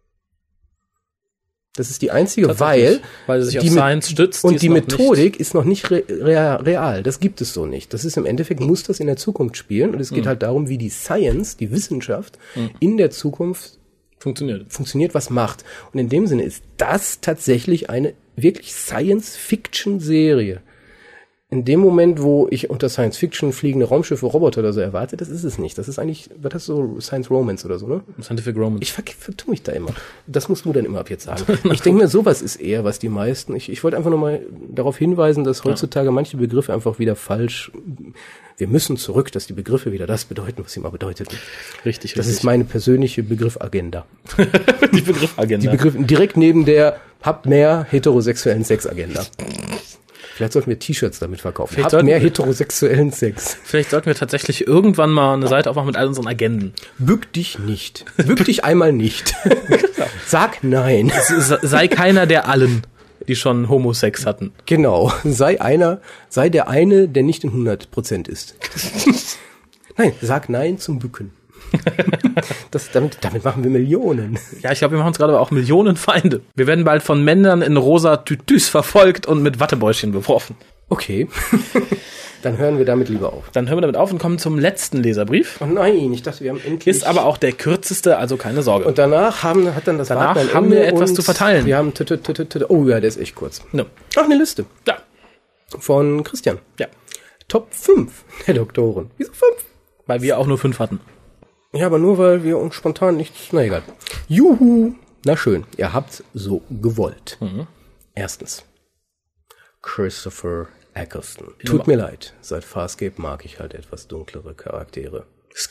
Das ist die einzige, weil... Weil sie sich die auf Science stützt. Und die, die Methodik ist noch nicht re- real. Das gibt es so nicht. Das ist im Endeffekt, muss das in der Zukunft spielen. Und es geht mhm. halt darum, wie die Science, die Wissenschaft, mhm. in der Zukunft Funktioniert. Funktioniert, was macht. Und in dem Sinne ist das tatsächlich eine wirklich Science-Fiction-Serie. In dem Moment, wo ich unter Science-Fiction fliegende Raumschiffe, Roboter oder so erwarte, das ist es nicht. Das ist eigentlich, was hast du, Science-Romance oder so, ne? Scientific Romance. Ich ver- vertue mich da immer. Das musst du dann immer ab jetzt sagen. Ich denke mir, sowas ist eher, was die meisten, ich, ich wollte einfach nur mal darauf hinweisen, dass heutzutage ja. manche Begriffe einfach wieder falsch, wir müssen zurück, dass die Begriffe wieder das bedeuten, was sie mal bedeuteten. Richtig, Das richtig. ist meine persönliche Begriffagenda. Die Begriffagenda. Die Begriff, direkt neben der habt mehr heterosexuellen Sexagenda. Vielleicht sollten wir T-Shirts damit verkaufen. Vielleicht Habt sollten mehr wir- heterosexuellen Sex. Vielleicht sollten wir tatsächlich irgendwann mal eine Seite aufmachen mit all unseren Agenden. Bück dich nicht. Bück dich einmal nicht. Sag nein. Se- Sei keiner der allen, die schon Homosex hatten. Genau. Sei einer, sei der eine, der nicht in hundert Prozent ist. Nein, sag nein zum Bücken. Das, damit, damit machen wir Millionen. Ja, ich glaube, wir machen uns gerade auch Millionen Feinde. Wir werden bald von Männern in rosa Tütüs verfolgt und mit Wattebäuschen beworfen. Okay. Dann hören wir damit lieber auf. Dann hören wir damit auf und kommen zum letzten Leserbrief. Oh nein, ich dachte, wir haben endlich... Ist aber auch der kürzeste, also keine Sorge. Und danach haben, hat dann das Danach Warten ein haben Ende wir etwas und zu verteilen. Wir haben... t- t- t- t- Oh ja, der ist echt kurz. No. Ach, eine Liste Ja, von Christian. ja. Top fünf der Doktoren. Wieso fünf? Weil wir auch nur fünf hatten. Ja, aber nur, weil wir uns spontan nichts... Na egal. Juhu. Na schön, ihr habt's so gewollt. Mhm. Erstens. Christopher Eccleston. Tut mir leid, seit Farscape mag ich halt etwas dunklere Charaktere.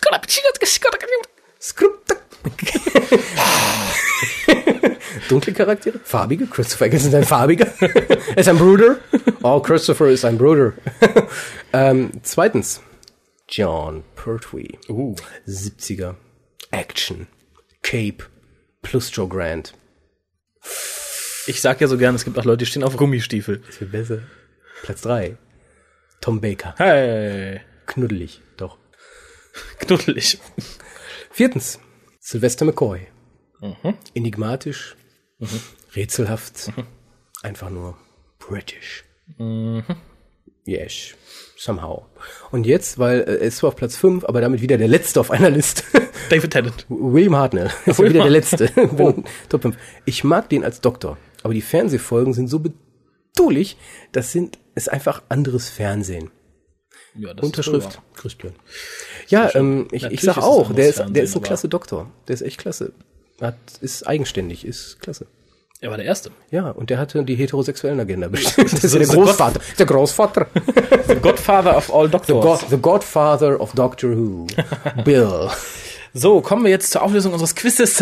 Skript. Dunkle Charaktere? Farbige? Christopher Eccleston ist ein farbiger. Er ist ein Bruder. Oh, Christopher ist ein Bruder. ähm, zweitens. John Pertwee. Uh. siebziger. Action. Cape. Plus Joe Grant. Ich sag ja so gern, es gibt auch Leute, die stehen auf Gummistiefel. Das wird besser. Platz drei. Tom Baker. Hey, Knuddelig, doch. knuddelig. Viertens. Sylvester McCoy. Mhm. Enigmatisch. Mhm. Rätselhaft. Mhm. Einfach nur British. Mhm. Yes. Somehow. Und jetzt, weil äh, er ist zwar auf Platz fünf, aber damit wieder der Letzte auf einer Liste. David Tennant. William Hartnell ist ja wieder der Letzte. Oh. Top fünf. Ich mag den als Doktor, aber die Fernsehfolgen sind so betulich, das sind, ist einfach anderes Fernsehen. Ja, das Unterschrift Christian. Ja, ähm, ich, ich sag auch, der ist, der ist ein klasse Doktor. Der ist echt klasse. Hat, ist eigenständig, ist klasse. Er war der Erste. Ja, und der hatte die heterosexuellen Agenda bestimmt. Das ist ja der Großvater. Der Großvater. The Godfather of all The, Doctors. God, the Godfather of Doctor Who. Bill. So, kommen wir jetzt zur Auflösung unseres Quizzes.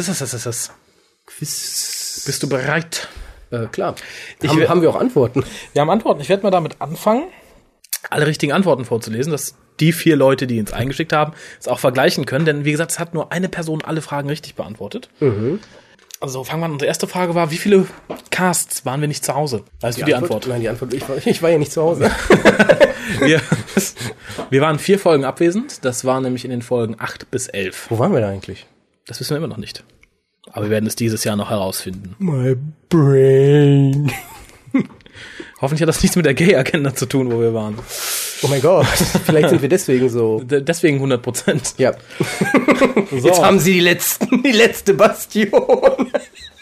Quiz. Bist du bereit? Äh, klar. Ich haben, will- haben wir auch Antworten? Wir haben Antworten. Ich werde mal damit anfangen, alle richtigen Antworten vorzulesen, dass die vier Leute, die uns eingeschickt haben, es auch vergleichen können. Denn wie gesagt, es hat nur eine Person alle Fragen richtig beantwortet. Mhm. Also fangen wir an. Unsere erste Frage war, wie viele Casts waren wir nicht zu Hause? Weißt du die Antwort? Nein, die Antwort, ich war, ich war ja nicht zu Hause. Wir, wir waren vier Folgen abwesend. Das war nämlich in den Folgen acht bis elf. Wo waren wir da eigentlich? Das wissen wir immer noch nicht. Aber wir werden es dieses Jahr noch herausfinden. My brain. Hoffentlich hat das nichts mit der Gay-Agenda zu tun, wo wir waren. Oh mein Gott, vielleicht sind wir deswegen so. D- deswegen hundert Prozent. Ja. So. Jetzt haben sie die letzten, die letzte Bastion.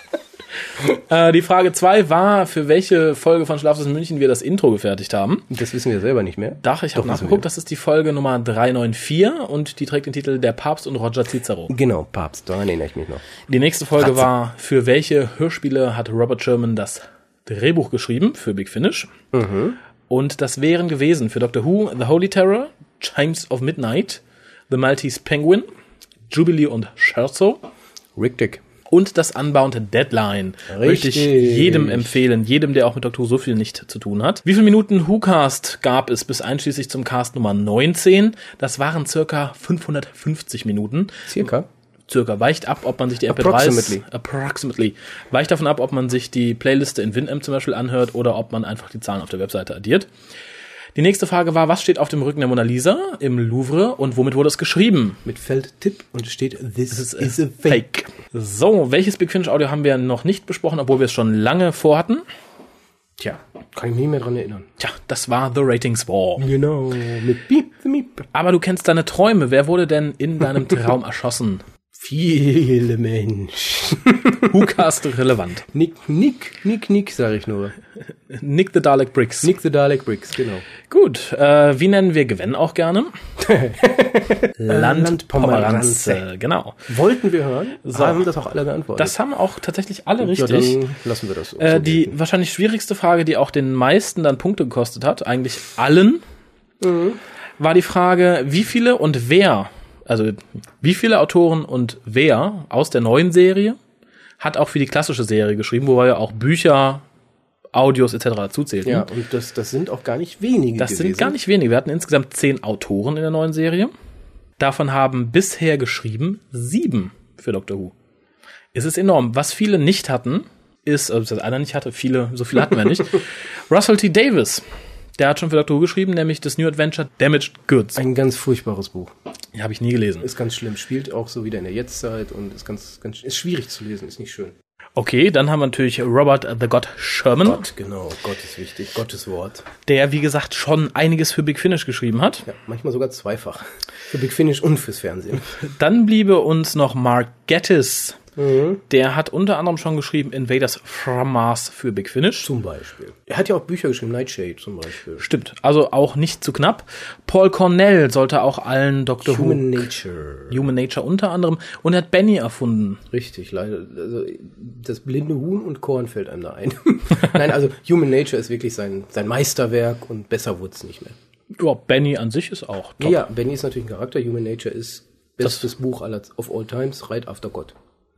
Äh, die Frage zwei war, für welche Folge von Schlaflos in München wir das Intro gefertigt haben. Das wissen wir selber nicht mehr. Doch, ich habe Doch, wissen nachgeguckt, wir. das ist die Folge Nummer drei neun vier und die trägt den Titel Der Papst und Roger Cicero. Genau, Papst, daran erinnere ich mich noch. Die nächste Folge Fratze. war, für welche Hörspiele hat Robert Sherman das Drehbuch geschrieben für Big Finish. Mhm. Und das wären gewesen für Doctor Who, The Holy Terror, Chimes of Midnight, The Maltese Penguin, Jubilee und Scherzo Richtig. und das Unbound Deadline. Möchte ich Richtig. jedem empfehlen, jedem, der auch mit Doctor Who so viel nicht zu tun hat. Wie viele Minuten WhoCast gab es bis einschließlich zum Cast Nummer neunzehn? Das waren circa fünfhundertfünfzig Minuten. Circa. Circa. Weicht ab, ob man sich die M P Approximately. drei s... Approximately. Weicht davon ab, ob man sich die Playliste in Winamp zum Beispiel anhört oder ob man einfach die Zahlen auf der Webseite addiert. Die nächste Frage war, was steht auf dem Rücken der Mona Lisa im Louvre und womit wurde es geschrieben? Mit Feldtipp und es steht, this Das is a fake. So, welches Big Finish Audio haben wir noch nicht besprochen, obwohl wir es schon lange vorhatten? Tja, kann ich mich nicht mehr dran erinnern. Tja, das war The Ratings War. Genau, mit Beep, the Meep. Aber du kennst deine Träume. Wer wurde denn in deinem Traum erschossen? Viele Menschen. WhoCast relevant. Nick, Nick, Nick, Nick, sag ich nur. Nick the Dalek Briggs. Nick the Dalek Briggs, genau. Gut, äh, wie nennen wir Gwen auch gerne? Land Land Pomeranze. Pomeranze. Genau. Wollten wir hören? So. Haben das auch alle geantwortet? Das haben auch tatsächlich alle ja, richtig. dann lassen wir das so. Äh, so die gelten. wahrscheinlich schwierigste Frage, die auch den meisten dann Punkte gekostet hat, eigentlich allen, Mhm. war die Frage, wie viele und wer, also wie viele Autoren und wer aus der neuen Serie hat auch für die klassische Serie geschrieben, wobei ja auch Bücher Audios et cetera dazuzählten. Ja, und das, das sind auch gar nicht wenige Das gewesen. sind gar nicht wenige. Wir hatten insgesamt zehn Autoren in der neuen Serie. Davon haben bisher geschrieben sieben für Doctor Who. Es ist enorm. Was viele nicht hatten, ist, also das einer nicht hatte, viele, so viele hatten wir nicht. Russell T. Davies, der hat schon für Doctor Who geschrieben, nämlich das New Adventure Damaged Goods. Ein ganz furchtbares Buch. Die habe ich nie gelesen. Ist ganz schlimm. Spielt auch so wieder in der Jetztzeit und ist ganz, ganz, ist schwierig zu lesen, ist nicht schön. Okay, dann haben wir natürlich Robert the God Sherman. Gott, genau. Gott ist wichtig. Gottes Wort. Der, wie gesagt, schon einiges für Big Finish geschrieben hat. Ja, manchmal sogar zweifach. Für Big Finish und fürs Fernsehen. Dann bliebe uns noch Mark Gatiss. Mhm. Der hat unter anderem schon geschrieben Invaders from Mars für Big Finish. Zum Beispiel. Er hat ja auch Bücher geschrieben, Nightshade zum Beispiel. Stimmt, also auch nicht zu knapp. Paul Cornell sollte auch allen Doctor Human Who... Nature. Human Nature unter anderem. Und er hat Benny erfunden. Richtig, leider. Also das blinde Huhn und Korn fällt einem da ein. Nein, also Human Nature ist wirklich sein, sein Meisterwerk und besser wurde es nicht mehr. Ja, Benny an sich ist auch top. Ja, Benny ist natürlich ein Charakter. Human Nature ist bestes Buch aller of all times, right after God.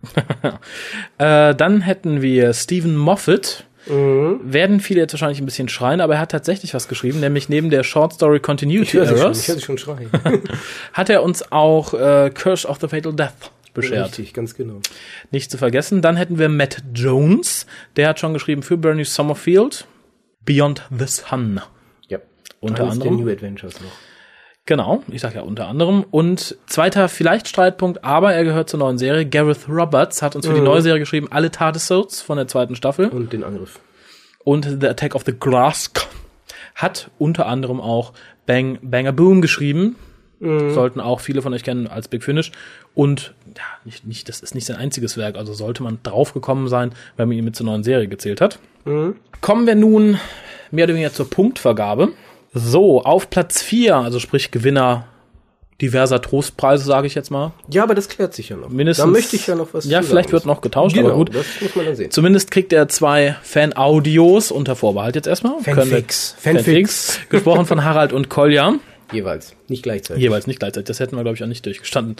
äh, dann hätten wir Stephen Moffat. Mhm. Werden viele jetzt wahrscheinlich ein bisschen schreien, aber er hat tatsächlich was geschrieben, nämlich neben der Short Story Continuity Ich höre sie schon, Errors ich höre sie schon schreien. hat er uns auch äh, Curse of the Fatal Death beschert. Richtig, ganz genau. Nicht zu vergessen. Dann hätten wir Matt Jones. Der hat schon geschrieben für Bernie Summerfield Beyond the Sun. Ja. Unter Eines anderem. der New Adventures noch. Genau, ich sag ja unter anderem. Und zweiter vielleicht Streitpunkt, aber er gehört zur neuen Serie. Gareth Roberts hat uns für Mhm. die neue Serie geschrieben, alle TARDIS-Soaps von der zweiten Staffel. Und den Angriff. Und The Attack of the Grask hat unter anderem auch Bang Bang Boom geschrieben. Mhm. Sollten auch viele von euch kennen als Big Finish. Und ja, nicht, nicht, das ist nicht sein einziges Werk, also sollte man draufgekommen sein, weil man ihn mit zur neuen Serie gezählt hat. Mhm. Kommen wir nun mehr oder weniger zur Punktvergabe. So, auf Platz vier, also sprich Gewinner diverser Trostpreise, sage ich jetzt mal. Ja, aber das klärt sich ja noch. Mindestens, da möchte ich ja noch was Ja, zu vielleicht sagen. wird noch getauscht, genau, aber gut. Das muss man dann sehen. Zumindest kriegt er zwei Fan-Audios unter Vorbehalt jetzt erstmal. Fanfics. Fanfics. Fanfics. Gesprochen von Harald und Kolja. Jeweils, nicht gleichzeitig. Jeweils nicht gleichzeitig. Das hätten wir, glaube ich, auch nicht durchgestanden.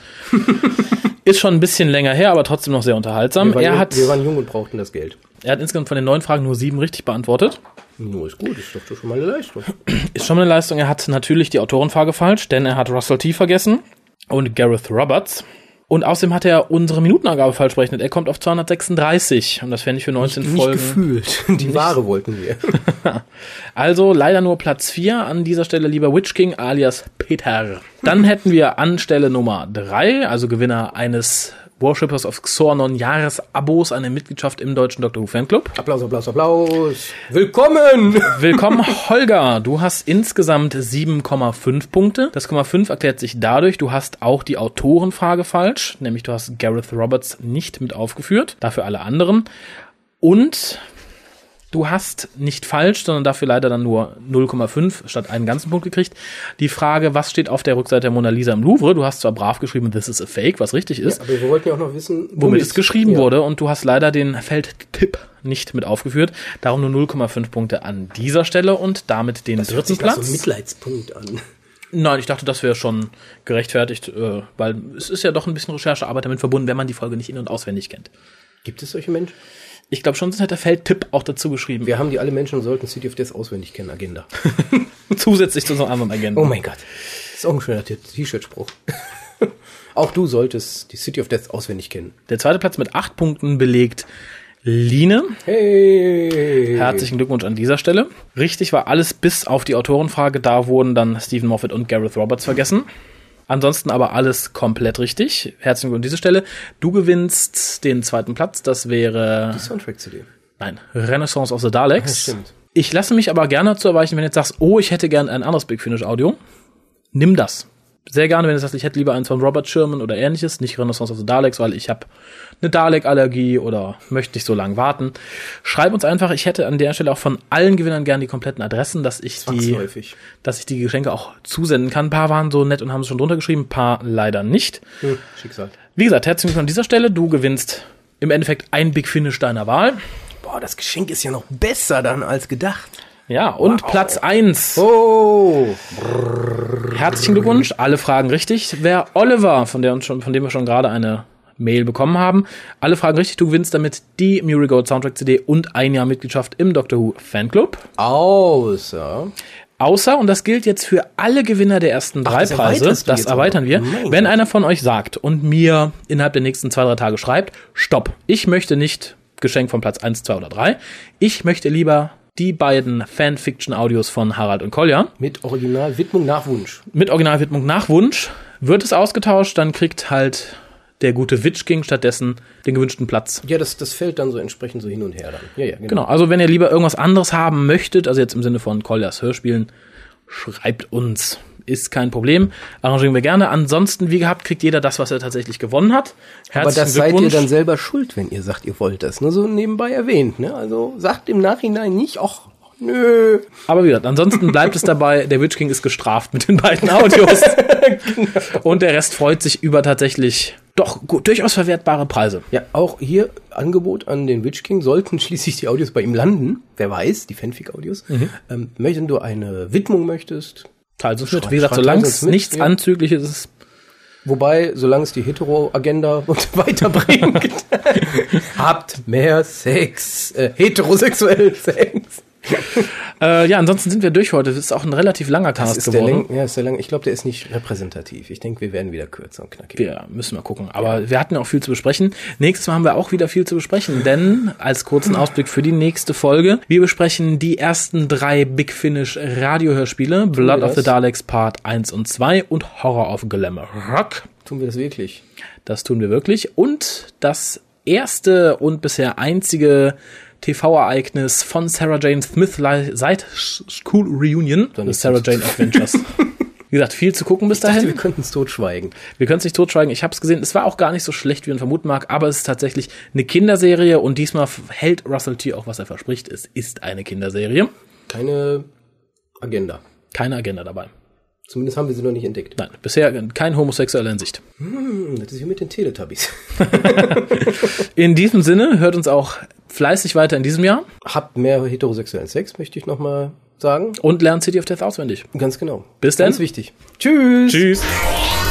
Ist schon ein bisschen länger her, aber trotzdem noch sehr unterhaltsam. Wir waren, Er jung, hat, wir waren jung und brauchten das Geld. er hat insgesamt von den neun Fragen nur sieben richtig beantwortet. Nur ist gut, ist doch schon mal eine Leistung. Ist schon mal eine Leistung. Er hat natürlich die Autorenfrage falsch, denn er hat Russell T. vergessen und Gareth Roberts. Und außerdem hat er unsere Minutenangabe falsch berechnet. Er kommt auf zweihundertsechsunddreißig und das fände ich für neunzehn Nicht Folgen. gefühlt. Die Nicht. Ware wollten wir. Also leider nur Platz vier. An dieser Stelle lieber Witch King alias Peter. Dann hätten wir an Stelle Nummer drei, also Gewinner eines Worshippers of Xornon Jahresabos, eine Mitgliedschaft im deutschen Doctor Who Fanclub. Applaus, Applaus, Applaus. Willkommen! Willkommen, Holger. Du hast insgesamt sieben Komma fünf Punkte. Das Komma fünf erklärt sich dadurch, du hast auch die Autorenfrage falsch, nämlich du hast Gareth Roberts nicht mit aufgeführt, dafür alle anderen. Und du hast nicht falsch, sondern dafür leider dann nur null Komma fünf statt einen ganzen Punkt gekriegt. Die Frage, was steht auf der Rückseite der Mona Lisa im Louvre? Du hast zwar brav geschrieben, this is a fake, was richtig ist. Ja, aber wir wollten ja auch noch wissen, womit, womit es geschrieben ja. wurde. Und du hast leider den Feldtipp nicht mit aufgeführt. Darum nur null Komma fünf Punkte an dieser Stelle und damit den Das hört dritten sich nach so Platz. einem Mitleidspunkt an. Nein, ich dachte, das wäre schon gerechtfertigt, äh, weil es ist ja doch ein bisschen Recherchearbeit damit verbunden, wenn man die Folge nicht in- und auswendig kennt. Gibt es solche Menschen? Ich glaube schon, sonst hätte der Feldtipp auch dazu geschrieben. Wir haben die alle Menschen und sollten City of Death auswendig kennen, Agenda. Zusätzlich zu so einem anderen Agenten. Oh mein Gott. Das ist auch ein schöner T- T-Shirt-Spruch. Auch du solltest die City of Death auswendig kennen. Der zweite Platz mit acht Punkten belegt Line. Hey! Herzlichen Glückwunsch an dieser Stelle. Richtig war alles bis auf die Autorenfrage. Da wurden dann Stephen Moffat und Gareth Roberts vergessen. Ansonsten aber alles komplett richtig. Herzlichen Glückwunsch an dieser Stelle. Du gewinnst den zweiten Platz. Das wäre... Die Soundtrack-C D. Nein, Renaissance of the Daleks. Das stimmt. Ich lasse mich aber gerne dazu erweichen, wenn du jetzt sagst, oh, ich hätte gern ein anderes Big Finish Audio. Nimm das. Sehr gerne, wenn du sagst, ich hätte lieber eins von Robert Sherman oder ähnliches, nicht Renaissance of the Daleks, weil ich habe eine Dalek-Allergie oder möchte nicht so lange warten. Schreib uns einfach, ich hätte an der Stelle auch von allen Gewinnern gerne die kompletten Adressen, dass ich die, Zwangsläufig. dass ich die Geschenke auch zusenden kann. Ein paar waren so nett und haben es schon drunter geschrieben, ein paar leider nicht. Hm, Schicksal. Wie gesagt, herzlichen Glückwunsch an dieser Stelle. Du gewinnst im Endeffekt ein Big Finish deiner Wahl. Boah, das Geschenk ist ja noch besser dann als gedacht. Ja, und Wow. Platz eins. Oh! Herzlichen Glückwunsch, alle Fragen richtig. Wer Oliver, von, der uns schon, von dem wir schon gerade eine Mail bekommen haben. Alle Fragen richtig, du gewinnst damit die Murigold Soundtrack C D und ein Jahr Mitgliedschaft im Doctor Who Fanclub. Außer... Außer, und das gilt jetzt für alle Gewinner der ersten drei Ach, das Preise, das erweitern wir, mein wenn Gott. einer von euch sagt und mir innerhalb der nächsten zwei, drei Tage schreibt, stopp, ich möchte nicht Geschenk von Platz eins, zwei oder drei, ich möchte lieber die beiden Fanfiction-Audios von Harald und Kolja. Mit Originalwidmung nach Wunsch. Mit Originalwidmung nach Wunsch. Wird es ausgetauscht, dann kriegt halt der gute Witch King stattdessen den gewünschten Platz. Ja, das, das fällt dann so entsprechend so hin und her dann. Ja, ja, genau. genau. Also wenn ihr lieber irgendwas anderes haben möchtet, also jetzt im Sinne von Koljas Hörspielen, schreibt uns. Ist kein Problem. Arrangieren wir gerne. Ansonsten, wie gehabt, kriegt jeder das, was er tatsächlich gewonnen hat. Herzlichen Aber das seid ihr dann selber schuld, wenn ihr sagt, ihr wollt das. Nur so nebenbei erwähnt. Ne? Also sagt im Nachhinein nicht, ach, nö. Aber wie gesagt, ansonsten bleibt es dabei, der Witch King ist gestraft mit den beiden Audios. Genau. Und der Rest freut sich über tatsächlich doch gut, durchaus verwertbare Preise. Ja, auch hier Angebot an den Witch King. Sollten schließlich die Audios bei ihm landen, wer weiß, die Fanfic-Audios. Mhm. Ähm, wenn du eine Widmung möchtest, teils uns mit. Wie gesagt, solange es nichts ja. Anzügliches ist. Wobei, solange es die Hetero-Agenda weiterbringt, habt mehr Sex, äh, heterosexuellen Sex. äh, ja, ansonsten sind wir durch heute. Das ist auch ein relativ langer Cast ist geworden. Der ja, ist der lang. Ich glaube, der ist nicht repräsentativ. Ich denke, wir werden wieder kürzer und knackig. Wir müssen mal gucken. Aber ja. wir hatten ja auch viel zu besprechen. Nächstes Mal haben wir auch wieder viel zu besprechen, denn als kurzen Ausblick für die nächste Folge, wir besprechen die ersten drei Big Finish Radiohörspiele, Blood of the Daleks Part eins und zwei und Horror of Glamrock. Tun wir das wirklich? Das tun wir wirklich. Und das erste und bisher einzige T V-Ereignis von Sarah Jane Smith seit School Reunion, das Sarah Jane Adventures. Wie gesagt, viel zu gucken bis ich dahin. Dachte, wir könnten es totschweigen. Wir können es nicht totschweigen. Ich habe es gesehen. Es war auch gar nicht so schlecht, wie man vermuten mag, aber es ist tatsächlich eine Kinderserie und diesmal hält Russell T. auch, was er verspricht. Es ist eine Kinderserie. Keine Agenda. Keine Agenda dabei. Zumindest haben wir sie noch nicht entdeckt. Nein, bisher kein homosexueller Hinsicht. Hm, das ist wie mit den Teletubbies. In diesem Sinne, hört uns auch fleißig weiter in diesem Jahr. Habt mehr heterosexuellen Sex, möchte ich nochmal sagen. Und lernt City of Death auswendig. Ganz genau. Bis dann. Ganz wichtig. Tschüss. Tschüss.